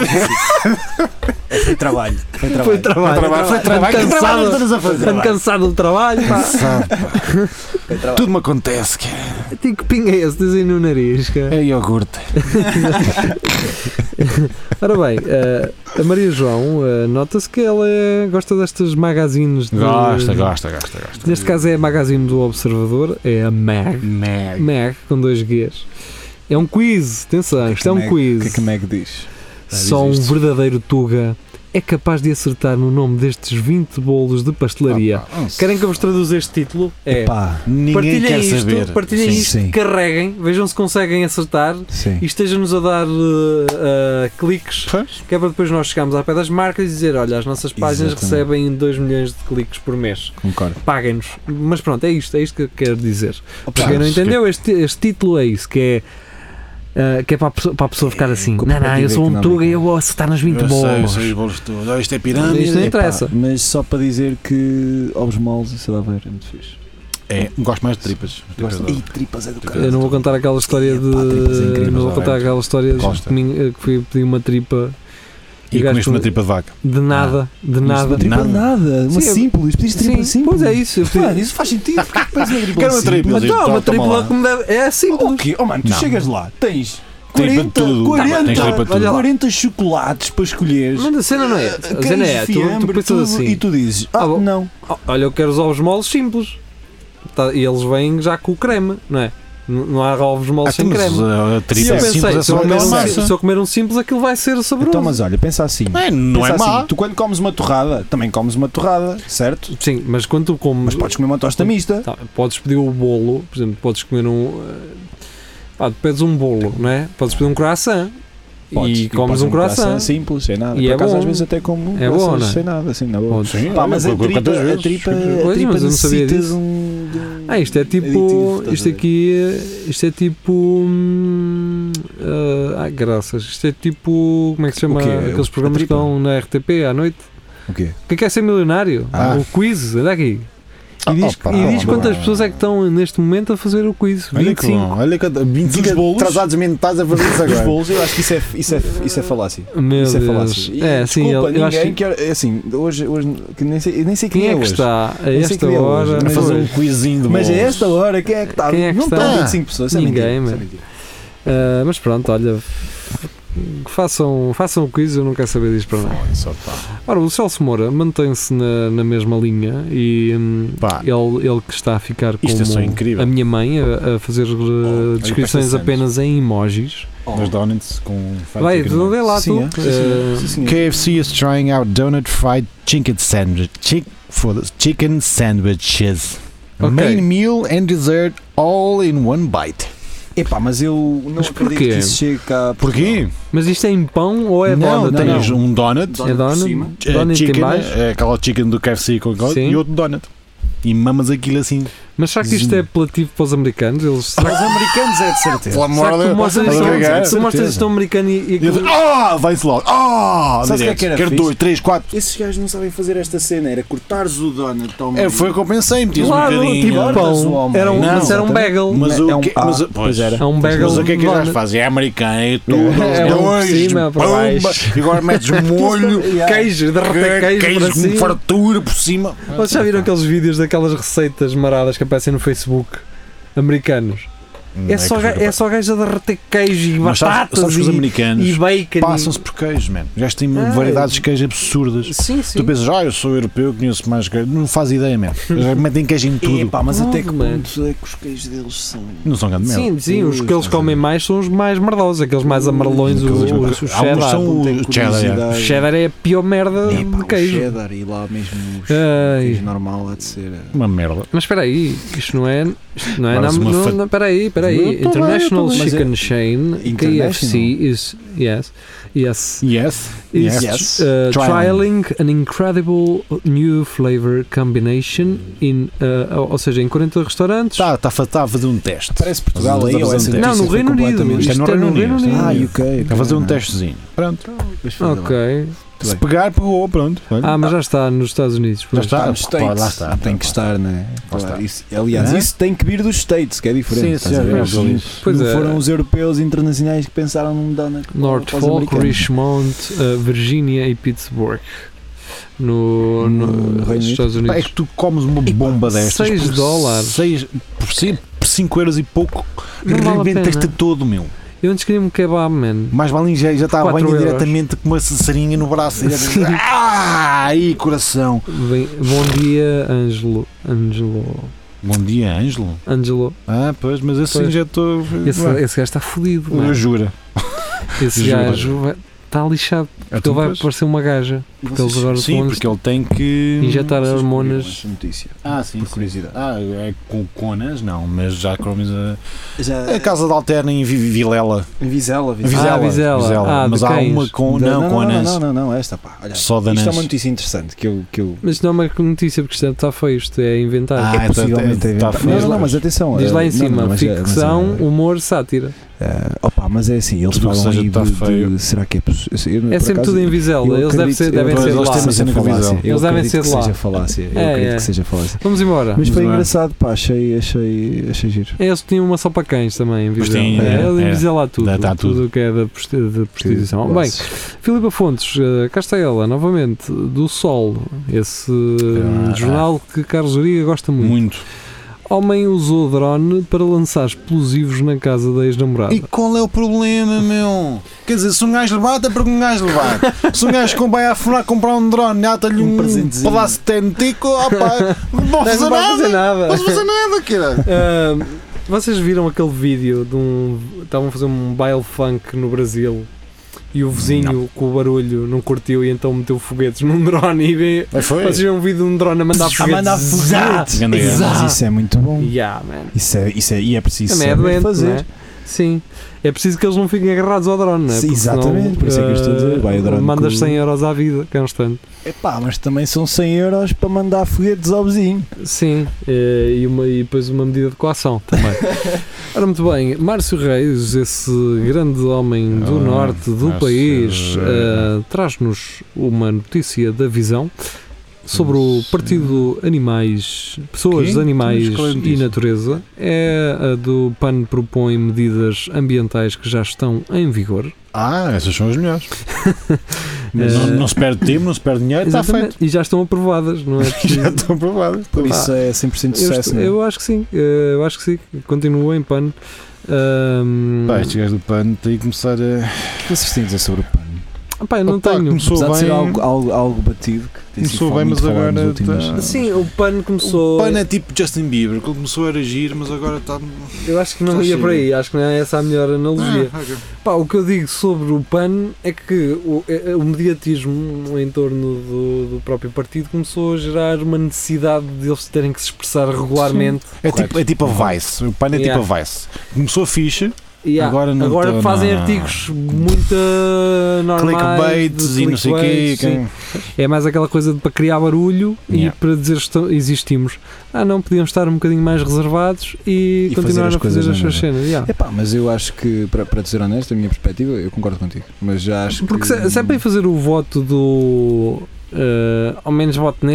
Speaker 2: Foi trabalho. Foi trabalho.
Speaker 3: Foi trabalho.
Speaker 4: trabalho, foi trabalho.
Speaker 3: Ando
Speaker 4: Que trabalho
Speaker 3: cansado,
Speaker 4: andas a fazer?
Speaker 3: ando cansado do trabalho, pá.
Speaker 4: Sabe, pá.
Speaker 2: Foi trabalho.
Speaker 4: Tudo me acontece. Que
Speaker 3: Tipo, que pinga é esse? Dizem no nariz, cara.
Speaker 4: é iogurte.
Speaker 3: Ora bem, eh, a Maria João, eh, nota-se que ela é- gosta destas magazines. De,
Speaker 4: Gosta, gosta, gosta, gosta.
Speaker 3: Neste caso é a magazine do Observador, é a Mag.
Speaker 4: Mag.
Speaker 3: Mag, com dois Gs. É um quiz, atenção, isto é um
Speaker 2: O que é
Speaker 3: quiz.
Speaker 2: que a Meg diz?
Speaker 3: Só um verdadeiro Tuga é capaz de acertar no nome destes vinte bolos de pastelaria.
Speaker 4: Ah, pá,
Speaker 3: Querem que eu vos traduza este título? É.
Speaker 2: Pá,
Speaker 4: Ninguém
Speaker 3: Partilhem
Speaker 4: quer
Speaker 3: isto,
Speaker 4: saber.
Speaker 3: partilhem
Speaker 4: Sim.
Speaker 3: isto,
Speaker 2: Sim.
Speaker 3: carreguem, vejam se conseguem acertar
Speaker 2: sim.
Speaker 3: e esteja-nos a dar uh, uh, cliques,
Speaker 4: Pois.
Speaker 3: que é para depois nós chegarmos à pé das marcas e dizer, olha, as nossas páginas
Speaker 2: Exatamente.
Speaker 3: recebem dois milhões de cliques por mês,
Speaker 2: Concordo.
Speaker 3: paguem-nos. Mas pronto, é isto, é isto que eu quero dizer.
Speaker 2: Opa,
Speaker 3: Para quem não
Speaker 4: acho
Speaker 3: entendeu, este, este título é isso, que é, uh, que é para, a pessoa, para a pessoa ficar assim,
Speaker 2: Com
Speaker 3: não, não, eu sou um
Speaker 2: perspectiva
Speaker 3: Tuga e eu vou acertar nos vinte
Speaker 4: Eu sei, eu
Speaker 3: bolos.
Speaker 4: sei os bolos todos. Oh, isto é pirâmide.
Speaker 3: Isto não
Speaker 2: Epá,
Speaker 3: interessa.
Speaker 2: mas só para dizer que ovos moles e sei lá ver, é muito fixe.
Speaker 4: É, gosto mais de tripas.
Speaker 2: Gosto.
Speaker 4: Tripas
Speaker 2: Ih, tripas é do
Speaker 3: Eu
Speaker 2: caralho.
Speaker 3: não vou contar aquela história de.
Speaker 2: Epá, tripas incríveis,
Speaker 3: Não vou contar
Speaker 4: Alberto.
Speaker 3: aquela história de
Speaker 4: Costa.
Speaker 3: que me- que fui pedir uma tripa
Speaker 4: E
Speaker 3: o gajo
Speaker 4: comeste uma
Speaker 3: com-
Speaker 4: tripa de vaca.
Speaker 3: de nada, de nada.
Speaker 2: Uma tripa
Speaker 4: Nada.
Speaker 2: nada, uma
Speaker 3: Sim,
Speaker 2: simples, pediste tripa
Speaker 3: Sim,
Speaker 2: simples.
Speaker 3: pois é isso. Eu pedi-
Speaker 2: Mano, isso faz sentido, porque que pedes uma tripa
Speaker 4: Quero uma
Speaker 2: simples?
Speaker 4: tripa.
Speaker 3: Mas não,
Speaker 4: Toma
Speaker 3: uma tripla
Speaker 4: lá.
Speaker 3: como deve. É simples.
Speaker 2: O quê? Oh mano, tu
Speaker 4: Não.
Speaker 2: chegas lá, tens
Speaker 4: Tripa de
Speaker 2: quarenta,
Speaker 4: tudo.
Speaker 2: quarenta,
Speaker 4: Tens tripa de tudo.
Speaker 3: Olha lá.
Speaker 2: quarenta chocolates para escolheres.
Speaker 3: Mas a cena não é. A cena é. Tu, tu
Speaker 2: fiambre,
Speaker 3: pensas
Speaker 2: tudo,
Speaker 3: assim.
Speaker 2: e tu dizes, ah,
Speaker 3: Ah, bom.
Speaker 2: não.
Speaker 3: "Oh, olha, eu quero os ovos moles simples. Tá, e eles vêm já com o creme, não é? N- Não há ovos moles
Speaker 4: Ah,
Speaker 3: sem
Speaker 4: mas
Speaker 3: creme.
Speaker 4: a
Speaker 3: E
Speaker 4: tripa
Speaker 3: eu pensei,
Speaker 4: simples é
Speaker 3: se eu,
Speaker 4: só
Speaker 3: comer
Speaker 4: aquela
Speaker 3: um,
Speaker 4: massa.
Speaker 3: se eu comer um simples, aquilo vai ser saboroso.
Speaker 2: Então, mas olha, pensa assim.
Speaker 4: É, não
Speaker 2: pensa
Speaker 4: é má.
Speaker 2: assim, tu quando comes uma torrada, também comes uma torrada, certo?
Speaker 3: Sim, mas quando tu comes.
Speaker 2: Mas podes comer uma tosta mista.
Speaker 3: Tá, podes pedir o bolo, por exemplo, podes comer um. eh, Pá, tu pedes um bolo, não é? Podes pedir um croissant
Speaker 2: Podes,
Speaker 3: e comes
Speaker 2: podes
Speaker 3: um croissant.
Speaker 2: simples, sem nada.
Speaker 3: E
Speaker 2: Por
Speaker 3: é
Speaker 2: acaso
Speaker 3: bom.
Speaker 2: às vezes até como
Speaker 3: É bom,
Speaker 2: croissants
Speaker 3: não é?
Speaker 2: sem nada, assim, na boa.
Speaker 3: Podes.
Speaker 4: Sim,
Speaker 2: Pá, mas a
Speaker 4: quantas
Speaker 2: tripa, a
Speaker 4: vezes?
Speaker 2: tripa, a
Speaker 3: Pois,
Speaker 2: tripa
Speaker 3: mas eu não sabia
Speaker 2: necessita
Speaker 3: disso.
Speaker 2: de um, de um
Speaker 3: Ah, isto é tipo.
Speaker 2: aditivo, estás
Speaker 3: Isto
Speaker 2: a ver?
Speaker 3: aqui. eh, Isto é tipo. hum, ah, ai, graças. Isto é tipo. Como é que se chama?
Speaker 2: O quê?
Speaker 3: Aqueles
Speaker 2: A
Speaker 3: programas que
Speaker 2: tripa?
Speaker 3: estão na R T P à noite.
Speaker 2: O quê?
Speaker 3: O que é que é ser milionário?
Speaker 2: Ah.
Speaker 3: O quiz, olha aqui. E diz,
Speaker 4: opa,
Speaker 3: e diz
Speaker 4: opa.
Speaker 3: quantas pessoas é que estão neste momento a fazer o quiz.
Speaker 4: Olha
Speaker 3: vinte e
Speaker 4: que
Speaker 3: cinco.
Speaker 4: bom. Olha que vinte e cinco
Speaker 2: Dos bolos?
Speaker 4: atrasados mentais a fazer isso
Speaker 2: Os
Speaker 4: agora.
Speaker 2: bolos, eu acho que isso é, isso é, isso é falácia.
Speaker 3: Meu
Speaker 2: Isso é
Speaker 3: Deus.
Speaker 2: falácia. E,
Speaker 3: É, sim,
Speaker 2: desculpa,
Speaker 3: eu, eu acho
Speaker 2: ninguém
Speaker 3: que.
Speaker 2: quer, é assim, hoje, hoje que nem, sei, nem sei quem,
Speaker 3: Quem é que
Speaker 2: hoje.
Speaker 3: está a
Speaker 2: Nem sei
Speaker 3: esta
Speaker 2: quem é hoje,
Speaker 3: hora?
Speaker 4: A
Speaker 2: mas
Speaker 4: fazer
Speaker 2: eu-
Speaker 4: um quizinho de
Speaker 2: Mas a
Speaker 4: bolos.
Speaker 2: esta hora, quem é que está?
Speaker 3: Quem é que
Speaker 2: não
Speaker 3: está?
Speaker 2: estão vinte e cinco pessoas, isso é
Speaker 3: Ninguém,
Speaker 2: mentira, isso é
Speaker 3: mano.
Speaker 2: mentira.
Speaker 3: Ah, mas pronto, olha. Façam, façam o quiz, eu não quero saber disso para nada.
Speaker 4: Só pá.
Speaker 3: Ora, o Celso Moura mantém-se na, na mesma linha e hum,
Speaker 4: Pá.
Speaker 3: ele, ele que está a ficar como
Speaker 4: Isto é só incrível.
Speaker 3: a minha mãe a, a fazer uh, descrições
Speaker 4: presta
Speaker 3: apenas em emojis.
Speaker 4: Os donuts com fried
Speaker 3: Vai,
Speaker 4: chicken.
Speaker 3: tu vê lá
Speaker 2: Sim,
Speaker 3: tu.
Speaker 2: é. Sim,
Speaker 3: Uh,
Speaker 2: senhor. Sim, senhor.
Speaker 4: K F C is trying out donut fried chicken sandwich chick for the chicken sandwiches.
Speaker 3: Ok.
Speaker 4: Main meal and dessert all in one bite.
Speaker 2: Epá, mas eu não
Speaker 3: Mas
Speaker 2: acredito
Speaker 3: porquê?
Speaker 2: que isso chegue cá. a
Speaker 4: Porquê?
Speaker 3: mas isto é em pão ou é
Speaker 4: não,
Speaker 3: donut?
Speaker 4: tens
Speaker 2: não.
Speaker 4: um donut,
Speaker 2: Donut
Speaker 3: É
Speaker 2: por
Speaker 3: donut?
Speaker 2: cima.
Speaker 4: eh,
Speaker 3: Donut em
Speaker 4: chicken,
Speaker 3: baixo?
Speaker 4: eh, aquela chicken do K F C com aquela-
Speaker 3: Sim.
Speaker 4: e outro donut. E mamas aquilo assim.
Speaker 3: Mas será que isto é apelativo para os americanos? Eles, será,
Speaker 2: Para os americanos é de certeza.
Speaker 4: Pelo amor
Speaker 3: será
Speaker 4: de
Speaker 3: que tu
Speaker 4: Deus,
Speaker 3: mostras
Speaker 4: estás a
Speaker 3: isto,
Speaker 4: brincar?
Speaker 3: tu mostras isto a um americano e, e
Speaker 4: E eu digo,
Speaker 3: aquilo-
Speaker 4: ah, vai-se logo. Ah,
Speaker 2: Sabes o que é
Speaker 4: direto.
Speaker 2: que era
Speaker 4: Quero
Speaker 2: fixe?
Speaker 4: dois, três, quatro.
Speaker 2: Esses gajos não sabem fazer esta cena, era cortares o donut ao
Speaker 4: É,
Speaker 2: meio.
Speaker 4: foi o que eu pensei, metias um
Speaker 3: Claro,
Speaker 4: bocadinho.
Speaker 3: tipo
Speaker 2: Cortas o
Speaker 3: pão.
Speaker 2: homem.
Speaker 3: Era um,
Speaker 4: Não,
Speaker 3: mas era um bagel.
Speaker 4: Mas
Speaker 2: É
Speaker 4: o
Speaker 2: um-
Speaker 4: que,
Speaker 2: ah,
Speaker 4: mas,
Speaker 2: pois
Speaker 4: pois
Speaker 2: era.
Speaker 3: É um bagel.
Speaker 4: Mas o que é que
Speaker 3: de
Speaker 4: o gajo
Speaker 3: donut.
Speaker 4: faz? É americano, é todo.
Speaker 3: É um por cima, por baixo.
Speaker 4: E agora metes molho,
Speaker 3: Queijo, derreter queijo,
Speaker 4: queijo
Speaker 3: para
Speaker 4: com
Speaker 3: cima.
Speaker 4: fartura por cima.
Speaker 3: Vocês já viram aqueles vídeos daquelas receitas maradas que aparecem no Facebook americanos? É só, ga- é só gajo a derreter queijo e
Speaker 4: Mas sabes,
Speaker 3: batatas
Speaker 4: sabes que os
Speaker 3: e,
Speaker 4: americanos
Speaker 3: e bacon.
Speaker 4: passam-se por queijo, man. Já têm
Speaker 3: Ah,
Speaker 4: variedades de queijo absurdas.
Speaker 3: E... Sim, sim.
Speaker 4: Tu pensas, ah, eu sou europeu, conheço mais queijo. Não faz ideia, man. Já metem queijo em tudo.
Speaker 2: Epá, mas até que
Speaker 3: Tudo, man.
Speaker 2: ponto é que os queijos deles são.
Speaker 4: Não são grande merda.
Speaker 3: Sim, sim, os que eles
Speaker 2: Ui,
Speaker 3: comem mais são os mais merdosos, aqueles mais amarelões, o,
Speaker 2: Aqueles-
Speaker 3: o, o
Speaker 4: Há uns
Speaker 3: cheddar.
Speaker 4: são
Speaker 2: não tenho
Speaker 4: o cheddar, é.
Speaker 2: curiosidade.
Speaker 3: O cheddar é a pior merda
Speaker 2: Epá,
Speaker 3: de
Speaker 2: o
Speaker 3: queijo.
Speaker 2: cheddar e lá mesmo os
Speaker 3: Ai.
Speaker 2: queijo normal há de ser.
Speaker 4: Uma merda.
Speaker 3: Mas espera aí, isto não é. Isto não é.
Speaker 4: Parece
Speaker 3: Não,
Speaker 4: uma
Speaker 3: não,
Speaker 4: fa-
Speaker 3: não, espera aí, espera aí.
Speaker 2: Não, tô bem,
Speaker 3: International
Speaker 2: tô bem. Mas
Speaker 3: Chicken
Speaker 2: é-
Speaker 3: Chain, K F C,
Speaker 2: International?
Speaker 3: is. Yes. Yes.
Speaker 4: Yes.
Speaker 3: Is
Speaker 2: Yes.
Speaker 3: uh,
Speaker 4: Trialing.
Speaker 3: trialing an incredible new flavor combination in. Uh, ou ou seja, em quarenta restaurantes.
Speaker 4: Está tá, tá a fazer um teste.
Speaker 2: Parece Portugal
Speaker 4: Mas
Speaker 2: aí ou
Speaker 4: estamos a
Speaker 2: essa
Speaker 4: fazer um
Speaker 3: não,
Speaker 2: notícia
Speaker 3: no
Speaker 2: foi
Speaker 3: Reino Unido.
Speaker 2: completamente-
Speaker 3: Isto
Speaker 4: Isto é
Speaker 3: é
Speaker 4: no
Speaker 3: no
Speaker 4: Reino
Speaker 3: Reino
Speaker 4: Unido.
Speaker 3: Unido.
Speaker 2: Ah, U K.
Speaker 4: Está a fazer um
Speaker 2: Ah,
Speaker 4: testezinho. Pronto.
Speaker 2: pois foi, lá.
Speaker 3: Ok.
Speaker 4: Se
Speaker 2: bem.
Speaker 4: pegar, pegou. Pronto. Olha.
Speaker 3: Ah, mas já está nos Estados Unidos.
Speaker 4: Já
Speaker 3: pois.
Speaker 4: está.
Speaker 2: Está nos States.
Speaker 4: Pá, lá está.
Speaker 2: Tem que estar, né?
Speaker 4: Lá está.
Speaker 2: Isso, aliás,
Speaker 4: Hã?
Speaker 2: isso tem que vir dos States, que é diferente.
Speaker 4: Sim,
Speaker 2: estás
Speaker 4: sim,
Speaker 2: a ver?
Speaker 4: já vi
Speaker 2: Não-
Speaker 4: isso.
Speaker 3: Pois
Speaker 2: não
Speaker 3: é.
Speaker 2: foram os europeus internacionais que pensaram num donut para os
Speaker 3: Norfolk,
Speaker 2: americanos.
Speaker 3: Richmond, uh, Virgínia e Pittsburgh. No, no,
Speaker 2: No Reino
Speaker 3: nos
Speaker 2: Unido.
Speaker 3: Estados
Speaker 4: Pá,
Speaker 3: Unidos.
Speaker 4: é que tu comes uma bomba destas
Speaker 3: seis
Speaker 4: por
Speaker 3: dólares.
Speaker 4: seis por cinco, por cinco euros e pouco,
Speaker 3: Não vale a
Speaker 4: rebentas-te
Speaker 3: pena.
Speaker 4: todo, meu.
Speaker 3: Eu antes queria um kebab, man.
Speaker 4: Mais vale já, já está a
Speaker 3: Quatro
Speaker 4: banho
Speaker 3: euros.
Speaker 4: diretamente com uma cessarinha no braço. Ah, aí, coração.
Speaker 3: Bem, bom dia, Ângelo. Ângelo.
Speaker 4: Bom dia, Ângelo.
Speaker 3: Ângelo.
Speaker 4: Ah, pois, mas assim
Speaker 3: Pois.
Speaker 4: já estou.
Speaker 3: Esse, esse gajo está fodido,
Speaker 4: Eu
Speaker 3: man.
Speaker 4: juro.
Speaker 3: Esse
Speaker 4: juro.
Speaker 3: gajo vai- está lixado. Porque ele vai parecer uma gaja. Porque eles agora
Speaker 4: Sim,
Speaker 3: estão a
Speaker 4: porque ele tem que
Speaker 3: injetar
Speaker 2: Vocês
Speaker 3: hormonas.
Speaker 2: viram essa notícia?
Speaker 4: Ah, sim,
Speaker 2: por
Speaker 4: sim.
Speaker 2: curiosidade.
Speaker 4: Ah, é com conas, não, mas já comes a,
Speaker 2: Já,
Speaker 4: a casa de Alterna em Vi- Vilela.
Speaker 2: Vizela,
Speaker 4: Vizela,
Speaker 3: Ah, Vizela. Ah,
Speaker 4: mas
Speaker 3: de
Speaker 4: há
Speaker 3: cães.
Speaker 4: uma com.
Speaker 2: Da-
Speaker 4: Não,
Speaker 2: não,
Speaker 4: com
Speaker 2: não,
Speaker 4: anãs.
Speaker 2: não, não, não, esta pá. Olha,
Speaker 4: Só de
Speaker 2: isto é
Speaker 4: anãs.
Speaker 2: uma notícia interessante que eu, que eu
Speaker 3: Mas isto não é uma notícia porque isto está feio. Isto é inventar.
Speaker 4: Ah,
Speaker 2: é
Speaker 4: então
Speaker 2: possivelmente
Speaker 4: tá-
Speaker 2: é
Speaker 4: tá
Speaker 2: inventado.
Speaker 4: feio.
Speaker 2: Não, não, não, mas atenção.
Speaker 3: Diz lá
Speaker 2: eh,
Speaker 3: em
Speaker 2: não,
Speaker 3: cima,
Speaker 2: não, mas é- mas
Speaker 3: ficção,
Speaker 2: é-
Speaker 3: humor, sátira.
Speaker 2: eh, opa, mas é assim, eles
Speaker 4: Tudo que
Speaker 2: falam
Speaker 4: seja
Speaker 2: aí
Speaker 4: tá
Speaker 2: de,
Speaker 4: feio.
Speaker 2: de- será que é possível?
Speaker 3: É sempre tudo em Vizela. Eles devem ser, devem ser de lá.
Speaker 4: têm uma cena com Vizela.
Speaker 3: Eles devem ser de
Speaker 2: que
Speaker 3: lá.
Speaker 2: seja falácia. Eu
Speaker 3: É,
Speaker 2: acredito
Speaker 3: é.
Speaker 2: que seja falácia.
Speaker 3: Vamos embora.
Speaker 2: Mas foi
Speaker 4: Vamos lá.
Speaker 2: engraçado, pá, achei, achei, achei giro.
Speaker 3: É, eles tinham uma só para cães também em
Speaker 4: Pois
Speaker 3: Vizela.
Speaker 4: tem,
Speaker 3: É,
Speaker 4: é,
Speaker 3: ele em
Speaker 4: é.
Speaker 3: Vizela há tudo.
Speaker 4: Dá- dá
Speaker 3: tudo
Speaker 4: tudo.
Speaker 3: o que é da prosti- de prostituição. Bem,
Speaker 2: Gosses.
Speaker 3: Filipa Fontes, eh, cá está ela, novamente, do Sol, esse
Speaker 4: Ah.
Speaker 3: eh, jornal que Carlos Uriga gosta muito.
Speaker 4: Muito.
Speaker 3: Homem usou drone para lançar explosivos na casa da ex-namorada.
Speaker 4: E qual é o problema, meu? Quer dizer, se um gajo levata, é porque um gajo levata. Se um gajo vai a furar comprar um drone, ata-lhe
Speaker 2: Um
Speaker 4: um,
Speaker 2: presentezinho.
Speaker 4: pedaço de têntico, opá, não vou fazer
Speaker 3: Não vai
Speaker 4: nada.
Speaker 3: fazer nada.
Speaker 4: Não posso fazer nada, cara.
Speaker 3: Ah, vocês viram aquele vídeo de um. Estavam a fazer um baile funk no Brasil e o vizinho com o barulho não curtiu e então meteu foguetes num drone e vê.
Speaker 4: Aí foi.
Speaker 3: Vocês viram um vídeo de um drone a mandar
Speaker 2: A
Speaker 3: foguetes?
Speaker 2: mandar foguetes.
Speaker 4: Ganda
Speaker 2: Mas
Speaker 3: Exato.
Speaker 2: isso é muito bom.
Speaker 3: Yeah, man.
Speaker 2: Isso é, isso é, e é preciso
Speaker 3: Também é
Speaker 2: saber
Speaker 3: doente,
Speaker 2: fazer.
Speaker 3: não é? Sim. É preciso que eles não fiquem agarrados ao drone, não é?
Speaker 2: Sim,
Speaker 3: Porque
Speaker 2: exatamente,
Speaker 3: senão,
Speaker 2: por isso é que eu estou a dizer,
Speaker 3: ah,
Speaker 2: vai o drone
Speaker 3: mandas
Speaker 2: com-
Speaker 3: cem euros à vida, que é um instante.
Speaker 2: Epá, mas também são cem euros para mandar foguetes ao vizinho.
Speaker 3: Sim, eh, e, uma, e depois uma medida de coação também. Ora, muito bem, Márcio Reis, esse grande homem do
Speaker 4: Ah,
Speaker 3: norte do
Speaker 4: Márcio
Speaker 3: país,
Speaker 4: Reis.
Speaker 3: eh, traz-nos uma notícia da Visão sobre o Partido Animais, Pessoas,
Speaker 4: Quê?
Speaker 3: Animais
Speaker 4: Mas qual é a
Speaker 3: e
Speaker 4: notícia?
Speaker 3: Natureza. É a do P A N propõe medidas ambientais que já estão em vigor.
Speaker 4: Ah, essas são as melhores.
Speaker 3: Mas-
Speaker 4: não, não se perde tempo, não se perde dinheiro, está feito.
Speaker 3: Exatamente, e já estão aprovadas, não é?
Speaker 4: Já estão aprovadas.
Speaker 2: Por
Speaker 3: Ah,
Speaker 2: isso é cem por cento de
Speaker 3: Eu,
Speaker 2: sucesso.
Speaker 3: est-
Speaker 2: não é?
Speaker 3: eu acho que sim, eh, eu acho que sim. Continua em P A N. Ahm,
Speaker 4: Pá, estes gajos do P A N têm que começar a.
Speaker 2: O que vocês têm a dizer sobre o pano?
Speaker 3: pá, eu não
Speaker 4: Opa,
Speaker 3: tenho.
Speaker 4: começou
Speaker 2: Apesar de ser
Speaker 4: bem.
Speaker 2: algo, algo, algo batido, que tem sido
Speaker 4: Começou bem,
Speaker 2: muito
Speaker 4: mas
Speaker 2: falado
Speaker 4: agora
Speaker 2: nos últimos-
Speaker 4: tá-
Speaker 3: Sim, o P A N começou.
Speaker 4: O P A N é tipo Justin Bieber, que ele começou a agir, mas agora está.
Speaker 3: Eu acho que não
Speaker 4: Só
Speaker 3: ia
Speaker 4: chega.
Speaker 3: por aí, acho que não é essa a melhor analogia.
Speaker 4: Ah, ok.
Speaker 3: Pá, o que eu digo sobre o P A N é que o, é- o mediatismo em torno do, do próprio partido começou a gerar uma necessidade de eles terem que se expressar regularmente.
Speaker 4: É tipo, é tipo a Vice. O P A N é
Speaker 3: Yeah.
Speaker 4: tipo a Vice. Começou fixe,
Speaker 3: E há-
Speaker 4: Agora não
Speaker 3: agora
Speaker 4: tô-
Speaker 3: fazem
Speaker 4: não.
Speaker 3: artigos muito normais.
Speaker 4: clickbaits
Speaker 3: de
Speaker 4: e não sei o quê.
Speaker 3: clickbait, sim. É mais aquela coisa de para criar barulho
Speaker 4: Yeah.
Speaker 3: e para dizer esto- existimos. Ah, não, podiam estar um bocadinho mais reservados e,
Speaker 2: E
Speaker 3: continuar
Speaker 2: fazer as
Speaker 3: a fazer
Speaker 2: coisas
Speaker 3: as
Speaker 2: na
Speaker 3: suas
Speaker 2: mesma.
Speaker 3: cenas. yeah.
Speaker 2: Epá, mas eu acho que, para, para te ser honesto, a minha perspectiva, eu concordo contigo. Mas já acho
Speaker 3: Porque
Speaker 2: que.
Speaker 3: se, se é para ir fazer o voto do. eh, ao menos voto nestes,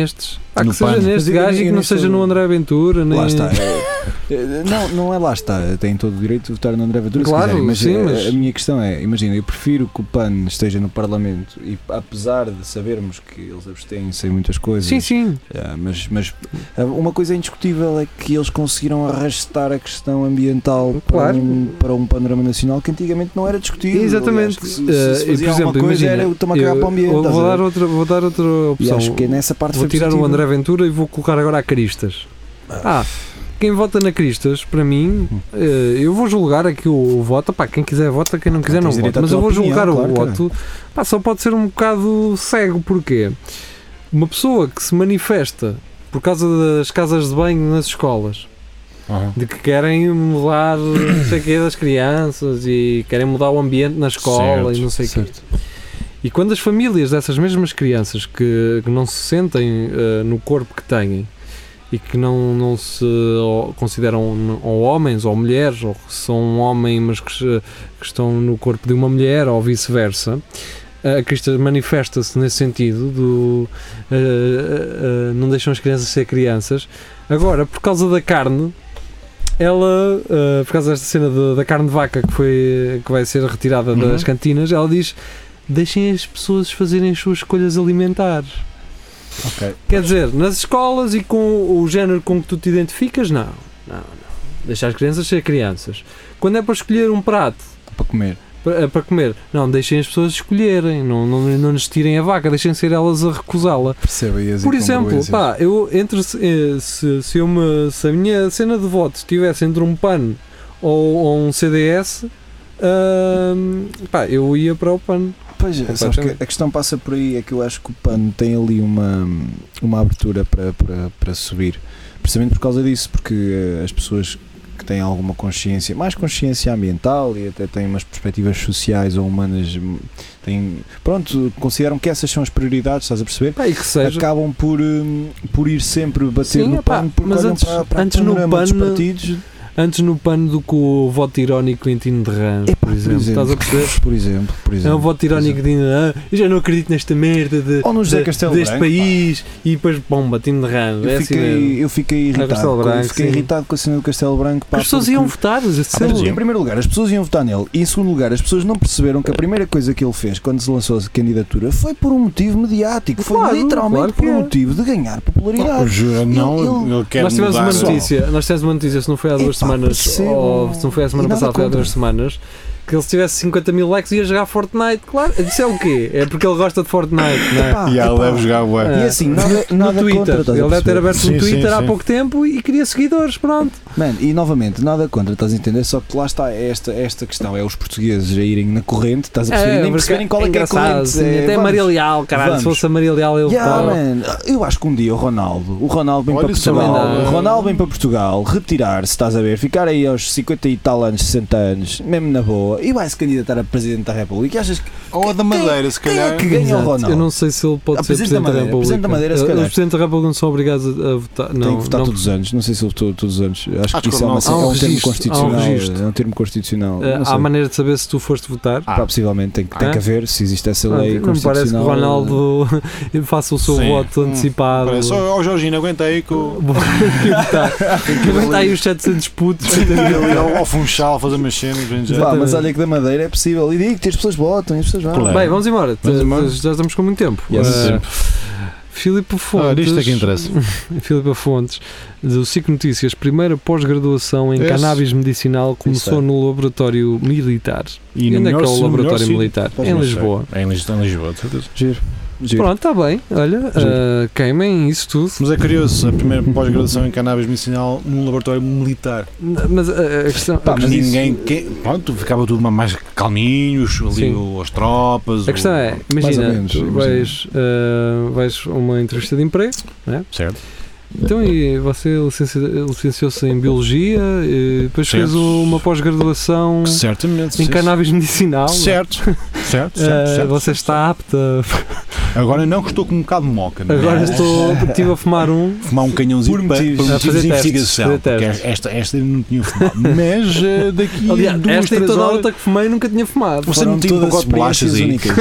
Speaker 3: Ah, que
Speaker 4: no
Speaker 3: seja
Speaker 4: pano.
Speaker 3: neste
Speaker 2: Eu-
Speaker 3: gajo
Speaker 2: eu
Speaker 3: e que
Speaker 2: nem
Speaker 3: não seja
Speaker 2: sou-
Speaker 3: no André Ventura, nem...
Speaker 2: Lá está. É, é, não, não é lá está. Tem todo o direito de votar no André Ventura,
Speaker 3: Claro,
Speaker 2: se quiserem, mas,
Speaker 3: sim,
Speaker 2: é,
Speaker 3: mas-
Speaker 2: a minha questão é, imagina, eu prefiro que o P A N esteja no Parlamento e apesar de sabermos que eles abstêm-se em muitas coisas,
Speaker 3: Sim, sim.
Speaker 2: é, mas, mas uma coisa indiscutível é que eles conseguiram arrastar a questão ambiental
Speaker 3: Claro.
Speaker 2: para, um, para um panorama nacional que antigamente não era discutido.
Speaker 3: Exatamente.
Speaker 2: Aliás, que se, se,
Speaker 3: Eh,
Speaker 2: se
Speaker 3: e,
Speaker 2: fazia
Speaker 3: por exemplo,
Speaker 2: alguma coisa
Speaker 3: imagina,
Speaker 2: era o tomar cagar para o ambiente.
Speaker 3: eu
Speaker 2: estás
Speaker 3: vou
Speaker 2: a
Speaker 3: dar,
Speaker 2: ver?
Speaker 3: outra, vou dar outra
Speaker 2: E
Speaker 3: opção.
Speaker 2: acho que nessa parte
Speaker 3: Vou
Speaker 2: foi
Speaker 3: tirar o
Speaker 2: positiva.
Speaker 3: André Ventura e vou colocar agora a Caristas. Ah, quem vota na Cristas, para mim, eh, eu vou julgar aqui o, o voto. Pá, quem quiser vota, quem não quiser
Speaker 2: Tens
Speaker 3: não
Speaker 2: direito
Speaker 3: vota.
Speaker 2: à
Speaker 3: Mas
Speaker 2: tua
Speaker 3: eu vou
Speaker 2: opinião,
Speaker 3: julgar
Speaker 2: claro,
Speaker 3: o
Speaker 2: cara.
Speaker 3: voto. Pá, só pode ser um bocado cego. Porquê? Uma pessoa que se manifesta por causa das casas de banho nas escolas,
Speaker 4: Uhum.
Speaker 3: de que querem mudar não sei o quê das crianças e querem mudar o ambiente na escola
Speaker 4: Certo,
Speaker 3: e não sei o quê.
Speaker 2: certo.
Speaker 3: E quando as famílias dessas mesmas crianças que, que não se sentem uh, no corpo que têm e que não, não se ou, consideram ou homens ou mulheres, ou que são um homem mas que, se- que estão no corpo de uma mulher ou vice-versa, a Crista manifesta-se nesse sentido do uh, uh, uh, não deixam as crianças ser crianças. Agora, por causa da carne, ela, uh, por causa desta cena de- da carne de vaca que, foi, que vai ser retirada
Speaker 4: Uhum.
Speaker 3: das cantinas, ela diz: deixem as pessoas fazerem as suas escolhas alimentares.
Speaker 2: Ok.
Speaker 3: Quer dizer, nas escolas e com o género com que tu te identificas, não. Não, não. Deixa as crianças ser crianças. Quando é para escolher um prato
Speaker 2: Para comer.
Speaker 3: para, para comer, não, deixem as pessoas escolherem, não, não, não lhes tirem a vaca, deixem ser elas a recusá-la.
Speaker 2: Perceba aí as
Speaker 3: Por exemplo,
Speaker 2: incongruências.
Speaker 3: pá, eu entre se, eh, se, se, eu me, se a minha cena de voto estivesse entre um P A N ou, ou um C D S, hum, pá, eu ia para o P A N.
Speaker 2: Pois, sabes que
Speaker 3: Completamente.
Speaker 2: a questão passa por aí, é que eu acho que o P A N tem ali uma, uma abertura para, para, para subir, precisamente por causa disso, porque eh, as pessoas que têm alguma consciência, mais consciência ambiental e até têm umas perspectivas sociais ou humanas, hum, têm, pronto, consideram que essas são as prioridades, estás a perceber?
Speaker 3: Pá, e que seja.
Speaker 2: Acabam por, hum, por ir sempre bater
Speaker 3: Sim,
Speaker 2: no
Speaker 3: epá,
Speaker 2: P A N, porque
Speaker 3: mas
Speaker 2: olham
Speaker 3: antes-
Speaker 2: para, para
Speaker 3: antes
Speaker 2: o
Speaker 3: no
Speaker 2: panorama dos
Speaker 3: P A N
Speaker 2: partidos.
Speaker 3: Antes no P A N do que o voto irónico de Quintino de Rãs,
Speaker 2: Epá,
Speaker 3: por exemplo. Estás a perceber?
Speaker 2: Por exemplo, por exemplo.
Speaker 3: É um voto irónico de ah, eu já não acredito nesta merda de,
Speaker 2: Ou no José
Speaker 3: de-
Speaker 2: Castelo
Speaker 3: deste
Speaker 2: Branco,
Speaker 3: país e depois, bomba, Tino de Rãs.
Speaker 2: Eu
Speaker 3: É assim
Speaker 2: fiquei,
Speaker 3: mesmo.
Speaker 2: eu fiquei irritado,
Speaker 3: Castelo
Speaker 2: com-
Speaker 3: Branco,
Speaker 2: fiquei
Speaker 3: sim.
Speaker 2: irritado com a cena do Castelo Branco. Pá,
Speaker 3: As pessoas
Speaker 2: porque-
Speaker 3: iam votar. Esse
Speaker 4: Ah, mas
Speaker 3: selo.
Speaker 2: Em primeiro lugar, as pessoas iam votar nele, e em segundo lugar, as pessoas não perceberam que a primeira coisa que ele fez quando se lançou a candidatura foi por um motivo mediático, foi
Speaker 3: Claro,
Speaker 2: literalmente
Speaker 3: claro que
Speaker 2: por um
Speaker 3: é.
Speaker 2: motivo de ganhar
Speaker 4: Oh,
Speaker 2: popularidade.
Speaker 4: jura, não,
Speaker 2: ele-
Speaker 4: ele quer
Speaker 3: Nós tivemos
Speaker 4: mudar.
Speaker 3: uma notícia, nós tivemos uma notícia, se não foi há duas
Speaker 2: Epá,
Speaker 3: semanas,
Speaker 2: percebo.
Speaker 3: ou se não foi a semana
Speaker 2: E nada
Speaker 3: passada, foi há
Speaker 2: contra.
Speaker 3: duas semanas, que ele se tivesse cinquenta mil likes ia jogar Fortnite. Claro, isso é o quê? É porque ele gosta de Fortnite, não é?
Speaker 2: Epá,
Speaker 4: E ela
Speaker 2: epá.
Speaker 4: deve jogar bué.
Speaker 2: E assim, nada, nada
Speaker 3: no Twitter,
Speaker 2: contra, estás a
Speaker 3: ele deve ter
Speaker 2: perceber?
Speaker 3: aberto
Speaker 4: Sim,
Speaker 3: um Twitter
Speaker 4: sim,
Speaker 3: há
Speaker 4: sim.
Speaker 3: pouco tempo e queria seguidores, pronto.
Speaker 2: Mano, e novamente, nada contra, estás a entender? Só que lá está esta, esta questão, é os portugueses a irem na corrente, estás a perceber? E nem
Speaker 3: porque
Speaker 2: perceberem qual é, que é a
Speaker 3: engraçado,
Speaker 2: corrente.
Speaker 3: sim,
Speaker 2: é,
Speaker 3: até
Speaker 2: vamos.
Speaker 3: Maria Leal, caralho, se
Speaker 2: Vamos.
Speaker 3: fosse a Maria Leal ele
Speaker 2: Yeah,
Speaker 3: votava.
Speaker 2: man. Eu acho que um dia o Ronaldo, o Ronaldo vem
Speaker 4: Olha,
Speaker 2: para
Speaker 4: isso
Speaker 2: Portugal,
Speaker 3: também dá.
Speaker 2: o Ronaldo vem para Portugal, retirar-se, estás a ver, ficar aí aos cinquenta e tal anos, sessenta anos, mesmo na boa, e vai se candidatar a Presidente da República. E achas que
Speaker 4: Ou a da Madeira, se
Speaker 2: quem é
Speaker 4: calhar.
Speaker 2: que ganha o
Speaker 3: Exato.
Speaker 2: Ronaldo?
Speaker 3: Eu não sei se ele pode
Speaker 2: Ah,
Speaker 3: ser
Speaker 2: Presidente da
Speaker 3: Presidente da
Speaker 2: Madeira,
Speaker 3: República.
Speaker 2: Presidente da Madeira, se
Speaker 3: Os
Speaker 2: calhar.
Speaker 3: Presidentes da República não são obrigados a, a votar. Não,
Speaker 2: tem que votar
Speaker 3: não,
Speaker 2: todos os anos, não sei se ele votou todos os anos. Acho,
Speaker 4: Acho
Speaker 2: que
Speaker 4: que
Speaker 2: isso é, uma,
Speaker 4: não.
Speaker 2: é
Speaker 3: Há um
Speaker 2: um termo
Speaker 3: registro, há um
Speaker 2: constitucional.
Speaker 3: registro.
Speaker 2: É um termo constitucional.
Speaker 3: Eh,
Speaker 2: não
Speaker 3: há
Speaker 2: sei.
Speaker 3: maneira de saber se tu foste votar.
Speaker 2: Pá, possivelmente tem, que- tem
Speaker 3: Ah.
Speaker 2: que haver, se existe essa
Speaker 3: Pronto,
Speaker 2: lei
Speaker 3: não me parece que o
Speaker 2: constitucional.
Speaker 3: Ronaldo faça o seu
Speaker 4: Sim.
Speaker 3: voto
Speaker 4: Hum,
Speaker 3: antecipado.
Speaker 4: Parece, ó oh, Jorginho, aguenta aí que o.
Speaker 3: Aguenta aí os setecentos putos.
Speaker 4: Ele ao, ao Funchal fazer umas cenas. bem já.
Speaker 2: Pá, mas olha que da Madeira é possível. E digo-te, as pessoas votam, e as pessoas vão.
Speaker 4: Claro.
Speaker 3: Bem, vamos embora.
Speaker 4: Vamos embora.
Speaker 3: Já estamos com muito tempo.
Speaker 2: Yes.
Speaker 3: Eh, Filipe Fontes.
Speaker 4: Ora, isto é que interessa.
Speaker 3: Filipe Fontes, do SIC Notícias, primeira pós-graduação em
Speaker 4: Esse.
Speaker 3: cannabis medicinal, começou
Speaker 2: Isso é.
Speaker 3: no laboratório militar. E,
Speaker 4: no
Speaker 3: onde é que é
Speaker 4: melhor-
Speaker 3: o
Speaker 4: no
Speaker 3: laboratório
Speaker 4: melhor
Speaker 3: militar?
Speaker 4: sítio,
Speaker 3: Em
Speaker 4: não sei.
Speaker 3: Lisboa.
Speaker 4: É em Lisboa, em Lisboa, de certeza.
Speaker 2: Giro. Giro.
Speaker 3: Pronto, está bem. Olha, uh, queimem isso tudo.
Speaker 4: Mas é curioso, a primeira pós-graduação em cannabis medicinal num laboratório militar.
Speaker 3: Mas uh, a questão,
Speaker 2: Pá,
Speaker 3: a
Speaker 2: mas
Speaker 3: questão-
Speaker 4: Ninguém. Que, pronto, ficava tudo mais calminhos, ali
Speaker 3: Sim.
Speaker 4: o- as tropas.
Speaker 3: a questão
Speaker 4: o-
Speaker 3: é,
Speaker 2: Mais ou
Speaker 3: imagina,
Speaker 2: menos,
Speaker 3: tu
Speaker 2: imagina.
Speaker 3: vais, uh, vais a uma entrevista de emprego, né?
Speaker 4: Certo.
Speaker 3: Então e você licenci- licenciou-se em Biologia, e depois
Speaker 4: Certo.
Speaker 3: fez uma pós-graduação
Speaker 4: Certamente.
Speaker 3: em
Speaker 4: sim.
Speaker 3: cannabis medicinal.
Speaker 4: Certo. Certo, certo,
Speaker 3: Uh,
Speaker 4: certo.
Speaker 3: você está apta.
Speaker 4: Agora não, que estou com um bocado de moca. não é?
Speaker 3: Agora estou, estive a fumar um.
Speaker 4: Fumar um canhãozinho
Speaker 2: Por
Speaker 4: para,
Speaker 2: motivos-
Speaker 4: para
Speaker 3: a
Speaker 4: motivos
Speaker 3: fazer
Speaker 4: de
Speaker 3: testes,
Speaker 4: investigação.
Speaker 3: fazer
Speaker 4: Porque
Speaker 3: testes.
Speaker 4: esta, esta eu não tinha fumado. Mas eh, daqui a
Speaker 3: Aliás,
Speaker 4: duas,
Speaker 3: esta e
Speaker 4: três
Speaker 3: toda a
Speaker 4: horas.
Speaker 3: outra que fumei nunca tinha fumado.
Speaker 4: Você
Speaker 2: Foram
Speaker 4: não tinha um
Speaker 2: todas
Speaker 4: pacote de bolachas
Speaker 2: experiências
Speaker 4: aí?
Speaker 2: únicas.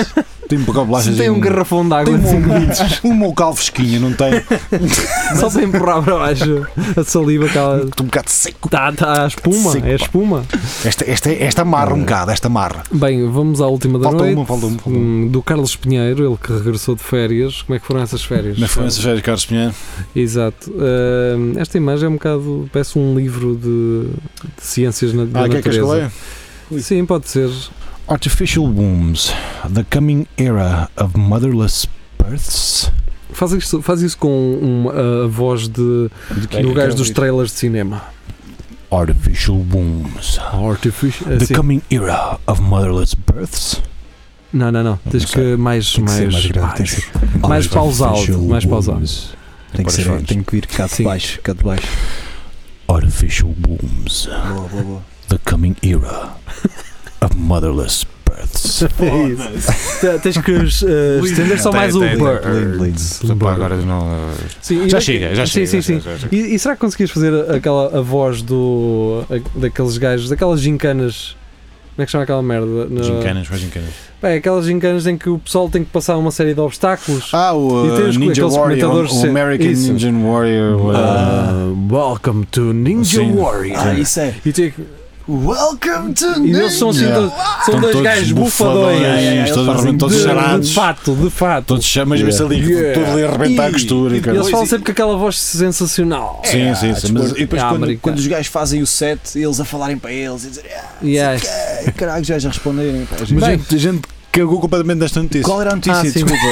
Speaker 4: Tem um pacote de bolachas.
Speaker 3: Tem um garrafão de água
Speaker 4: Tem
Speaker 3: de cinco
Speaker 4: um,
Speaker 3: litros.
Speaker 4: um mocal fresquinho, não tem?
Speaker 3: Só para empurrar para baixo a saliva. Aquela...
Speaker 4: Estou um bocado seco.
Speaker 3: Tá, tá, a espuma.
Speaker 4: Seco,
Speaker 3: É a
Speaker 4: pá.
Speaker 3: espuma.
Speaker 4: Esta, esta, esta amarra um bocado, esta amarra.
Speaker 3: Bem, vamos à última da
Speaker 4: Falta
Speaker 3: noite.
Speaker 4: uma, falta uma, falta uma.
Speaker 3: Hum, Do Carlos Pinheiro, ele que regressou de férias. Como é que foram essas férias?
Speaker 4: Mas foi essas férias, Carlos Pinheiro.
Speaker 3: Exato. Hum, esta imagem é um bocado. Parece um livro de, de ciências na, da
Speaker 4: Ah, quer que
Speaker 3: natureza.
Speaker 4: escolher?
Speaker 3: Sim, pode ser.
Speaker 4: Artificial wombs, the coming era of motherless births.
Speaker 3: Faz isso, faz isso com uma, a voz de,
Speaker 2: Bem,
Speaker 3: do
Speaker 2: eu
Speaker 3: gajo
Speaker 2: quero
Speaker 3: dos
Speaker 2: ouvir.
Speaker 3: trailers de cinema.
Speaker 4: Artificial wombs,
Speaker 3: Artificial.
Speaker 4: the
Speaker 3: Assim.
Speaker 4: coming era of motherless births.
Speaker 3: Não, não, não. Tens
Speaker 2: Não sei.
Speaker 3: que mais.
Speaker 2: Tem que ser
Speaker 3: mais,
Speaker 2: mais grave, tem
Speaker 3: mais,
Speaker 2: que ser.
Speaker 3: mais pausado.
Speaker 2: Artificial
Speaker 3: Mais pausado.
Speaker 2: wombs. Tem que,
Speaker 4: Para os
Speaker 2: ser,
Speaker 4: fones.
Speaker 2: tem que vir cá de
Speaker 3: Sim.
Speaker 2: baixo, cá de baixo.
Speaker 4: Artificial wombs,
Speaker 2: Boa, boa, boa.
Speaker 4: the coming era of motherless births.
Speaker 3: É isso. Tens que uh, estender só
Speaker 4: Tem,
Speaker 3: mais o
Speaker 4: tem, tem.
Speaker 3: birds.
Speaker 4: Epá, agora não.
Speaker 3: Sim, e
Speaker 4: Já
Speaker 3: daqui-
Speaker 4: chega, já
Speaker 3: sim,
Speaker 4: chega.
Speaker 3: Sim, sim.
Speaker 4: já chega, já chega.
Speaker 3: E, e será que conseguias fazer aquela a voz do a- daqueles gajos, daquelas gincanas? Como é que chama aquela merda? Na-
Speaker 4: Gincanas, faz gincanas.
Speaker 3: Bem, aquelas gincanas em que o pessoal tem que passar uma série de obstáculos.
Speaker 4: Ah, o
Speaker 3: E tem os-
Speaker 4: Ninja
Speaker 3: aqueles
Speaker 4: Warrior,
Speaker 3: comentadores
Speaker 4: o
Speaker 3: sempre-
Speaker 4: American
Speaker 3: isso.
Speaker 4: Ninja Warrior. uh,
Speaker 3: Ah, welcome to Ninja
Speaker 4: Sim.
Speaker 3: Warrior.
Speaker 2: Ah, isso é.
Speaker 3: E, tem que-
Speaker 2: Welcome to
Speaker 3: e eles são assim,
Speaker 4: Yeah.
Speaker 3: todos- são
Speaker 4: Estão
Speaker 3: dois
Speaker 4: todos
Speaker 3: gajos
Speaker 4: bufadões,
Speaker 3: bufadões.
Speaker 2: Yeah, yeah, yeah,
Speaker 4: todos
Speaker 2: eles fazem
Speaker 4: todos
Speaker 3: de,
Speaker 4: charados.
Speaker 3: de fato, de fato.
Speaker 4: Todos chamas, vê-se ali
Speaker 3: Yeah.
Speaker 4: tudo ali a arrebentar a
Speaker 2: E-
Speaker 4: costura.
Speaker 2: e-
Speaker 4: e cara.
Speaker 3: Eles falam sempre com aquela voz sensacional.
Speaker 4: Sim,
Speaker 2: É,
Speaker 4: sim,
Speaker 2: ah,
Speaker 4: sim, mas-
Speaker 2: desporto. E depois
Speaker 3: É
Speaker 2: quando,
Speaker 3: americano.
Speaker 2: quando os gajos fazem o set, eles a falarem para eles e dizer ah,
Speaker 3: Yes.
Speaker 2: "Que- caralho, os gajos a responderem. Pá,
Speaker 4: Mas
Speaker 3: Bem.
Speaker 4: gente, a gente cagou completamente desta notícia.
Speaker 2: qual era a notícia?
Speaker 3: Ah, sim.
Speaker 2: Desculpa.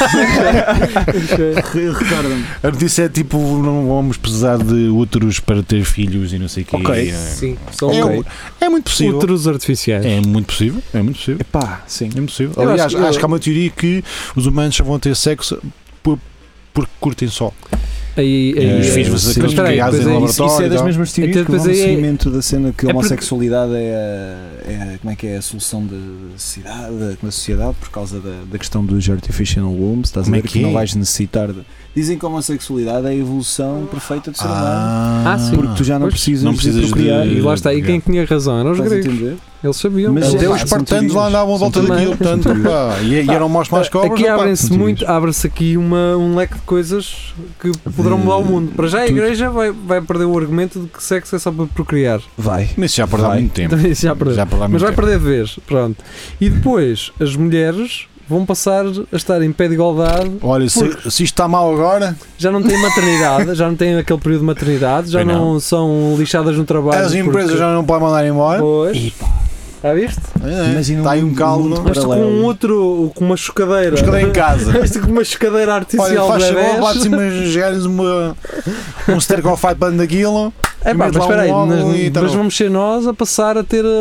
Speaker 2: Re- Recorda-me.
Speaker 4: A notícia é tipo: não vamos precisar de úteros para ter filhos e não sei o quê.
Speaker 2: Ok.
Speaker 4: É,
Speaker 3: Sim, são
Speaker 4: é,
Speaker 2: Ok.
Speaker 4: é muito possível.
Speaker 3: úteros artificiais.
Speaker 4: É muito possível. É muito possível.
Speaker 2: Epá, sim.
Speaker 4: É muito possível.
Speaker 3: Eu
Speaker 4: Aliás,
Speaker 3: acho
Speaker 4: acho,
Speaker 3: que-
Speaker 4: que há uma teoria que os humanos só vão ter sexo por, porque curtem só.
Speaker 3: Aí, aí,
Speaker 4: E os
Speaker 2: É,
Speaker 4: filhos
Speaker 2: sim.
Speaker 4: aqueles
Speaker 3: Mas espera aí,
Speaker 4: criados
Speaker 3: pois
Speaker 4: em
Speaker 3: é,
Speaker 2: Isso,
Speaker 4: laboratório.
Speaker 2: isso é
Speaker 4: e
Speaker 2: das
Speaker 4: tal.
Speaker 2: mesmas teorias
Speaker 3: Então,
Speaker 2: que vão
Speaker 3: depois
Speaker 2: no
Speaker 3: aí é-
Speaker 2: seguimento da cena que a
Speaker 3: é porque-
Speaker 2: homossexualidade é, a- é, como é que é a solução da sociedade, da, da sociedade por causa da, da questão dos artificial wombs, estás
Speaker 4: Como
Speaker 2: a
Speaker 4: é
Speaker 2: ver
Speaker 4: que
Speaker 2: que não
Speaker 4: é?
Speaker 2: vais necessitar de... Dizem que a homossexualidade é a evolução perfeita do ser humano.
Speaker 4: Ah,
Speaker 3: Ah, sim.
Speaker 2: Porque tu já não
Speaker 3: Pois,
Speaker 2: precisas,
Speaker 4: não precisas
Speaker 2: de procriar.
Speaker 4: de-
Speaker 3: E lá está, e quem tinha razão eram os
Speaker 2: Estás a
Speaker 3: gregos.
Speaker 2: entender?
Speaker 3: Eles sabiam.
Speaker 2: Mas
Speaker 3: Eles-
Speaker 2: é
Speaker 4: Até
Speaker 2: pá,
Speaker 4: os
Speaker 2: são
Speaker 4: espartanos lá
Speaker 2: teorias.
Speaker 4: andavam à
Speaker 2: São
Speaker 4: volta
Speaker 2: teorias.
Speaker 4: daquilo, portanto, pá, e, e eram maus mais cobras.
Speaker 3: Aqui
Speaker 4: pá.
Speaker 3: abrem-se
Speaker 2: são
Speaker 3: muito,
Speaker 2: teorias.
Speaker 3: abre-se aqui uma, um leque de coisas que poderão mudar o mundo. Para já a
Speaker 2: Tudo.
Speaker 3: igreja vai, vai perder o argumento de que sexo é só para procriar.
Speaker 2: Vai.
Speaker 4: Mas isso já perdeu há
Speaker 2: Vai.
Speaker 4: muito tempo.
Speaker 3: Então isso já perdeu.
Speaker 4: Já perdeu há
Speaker 3: Mas
Speaker 4: muito
Speaker 3: vai
Speaker 4: tempo.
Speaker 3: perder de vez. Pronto. E depois as mulheres vão passar a estar em pé de igualdade.
Speaker 4: Olha, se, se isto está mal agora,
Speaker 3: Já não têm maternidade, já não têm aquele período de maternidade, já
Speaker 4: Pois não.
Speaker 3: não. são lixadas no trabalho.
Speaker 4: as empresas
Speaker 3: porque-
Speaker 4: já não podem mandar embora.
Speaker 3: Pois. Já viste?
Speaker 4: É,
Speaker 2: Imagina
Speaker 4: está aí um
Speaker 2: um
Speaker 4: caldo.
Speaker 2: mundo
Speaker 3: Mas tu com
Speaker 2: Paralelo.
Speaker 3: um outro, com uma chocadeira.
Speaker 4: Mas cadê em casa?
Speaker 3: Este com uma chocadeira
Speaker 4: Olha,
Speaker 3: artificial
Speaker 4: faz
Speaker 3: de
Speaker 4: favor,
Speaker 3: bebés.
Speaker 4: bate-se umas gérias, uma, um stercofite para daquilo.
Speaker 3: É pá,
Speaker 4: mete
Speaker 3: mas
Speaker 4: lá
Speaker 3: espera aí,
Speaker 4: um óvulo
Speaker 3: mas,
Speaker 4: e tá
Speaker 3: mas
Speaker 4: bom.
Speaker 3: vamos ser nós a passar a ter a,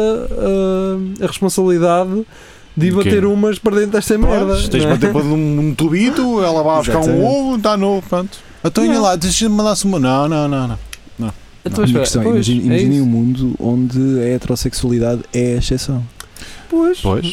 Speaker 3: a, a responsabilidade de ir
Speaker 4: De quê?
Speaker 3: bater umas para dentro desta merda.
Speaker 4: Pois, tens de
Speaker 3: não é?
Speaker 4: bater para um, um tubito, ela vai buscar um
Speaker 2: Exatamente.
Speaker 4: ovo, está novo, pronto. Então olha
Speaker 3: Não.
Speaker 4: lá, deixa de mandar-se uma. Não, não, não, não.
Speaker 3: Então,
Speaker 2: A
Speaker 3: espera,
Speaker 2: minha questão é,
Speaker 3: pois,
Speaker 2: imagine-
Speaker 3: é
Speaker 2: imaginem
Speaker 3: isso.
Speaker 2: um mundo onde a heterossexualidade é a exceção.
Speaker 3: Pois.
Speaker 4: Pois.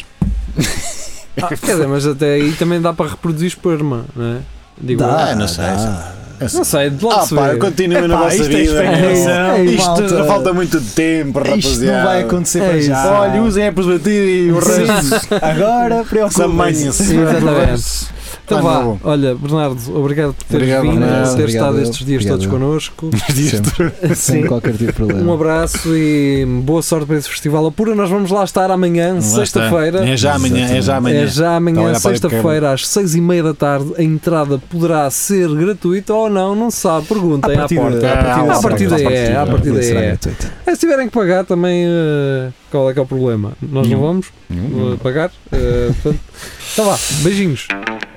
Speaker 3: Ah, quer dizer, mas até aí também dá para reproduzir esperma, não é? Digo,
Speaker 2: Dá,
Speaker 4: é, não sei,
Speaker 2: dá.
Speaker 3: não sei, de logo
Speaker 4: Ah,
Speaker 3: se
Speaker 4: pá,
Speaker 3: vê.
Speaker 4: continua na
Speaker 2: Epá,
Speaker 4: vossa
Speaker 2: isto é
Speaker 4: vida.
Speaker 2: especulação,
Speaker 3: É,
Speaker 4: Isto
Speaker 2: malta.
Speaker 4: falta muito tempo, rapaziada.
Speaker 2: Isto não vai acontecer
Speaker 3: É
Speaker 2: para
Speaker 3: isso.
Speaker 2: já.
Speaker 4: Olha, usem a preservativo e o resto.
Speaker 2: Sim. Agora preocupem-se.
Speaker 4: Samanhem-se.
Speaker 3: Exatamente. Então
Speaker 4: Ah,
Speaker 3: vá,
Speaker 4: não.
Speaker 3: olha, Bernardo, obrigado por teres
Speaker 4: Obrigado,
Speaker 3: vindo,
Speaker 4: Bernardo.
Speaker 3: por ter
Speaker 2: Obrigado
Speaker 3: estado
Speaker 2: eu.
Speaker 3: estes dias
Speaker 2: Obrigado
Speaker 3: todos
Speaker 2: eu.
Speaker 3: connosco.
Speaker 2: Sempre, sem
Speaker 3: Sim.
Speaker 2: qualquer tipo de problema.
Speaker 3: Um abraço e boa sorte para esse festival Apura. Nós vamos lá estar amanhã,
Speaker 4: Lá
Speaker 3: sexta-feira.
Speaker 4: está. É já amanhã, é já amanhã.
Speaker 3: É já
Speaker 4: Então,
Speaker 3: amanhã,
Speaker 4: olha para a
Speaker 3: sexta-feira, às seis e meia da tarde. A entrada poderá ser gratuita ou não, não se sabe. Perguntem à porta.
Speaker 4: à
Speaker 3: À partida é, à partida
Speaker 2: será
Speaker 3: é.
Speaker 2: gratuito.
Speaker 3: É, se tiverem que pagar também, eh, qual é que é o problema? Nós não
Speaker 4: Nenhum.
Speaker 3: vamos
Speaker 4: Nenhum.
Speaker 3: eh, pagar. eh, portanto, então vá, beijinhos.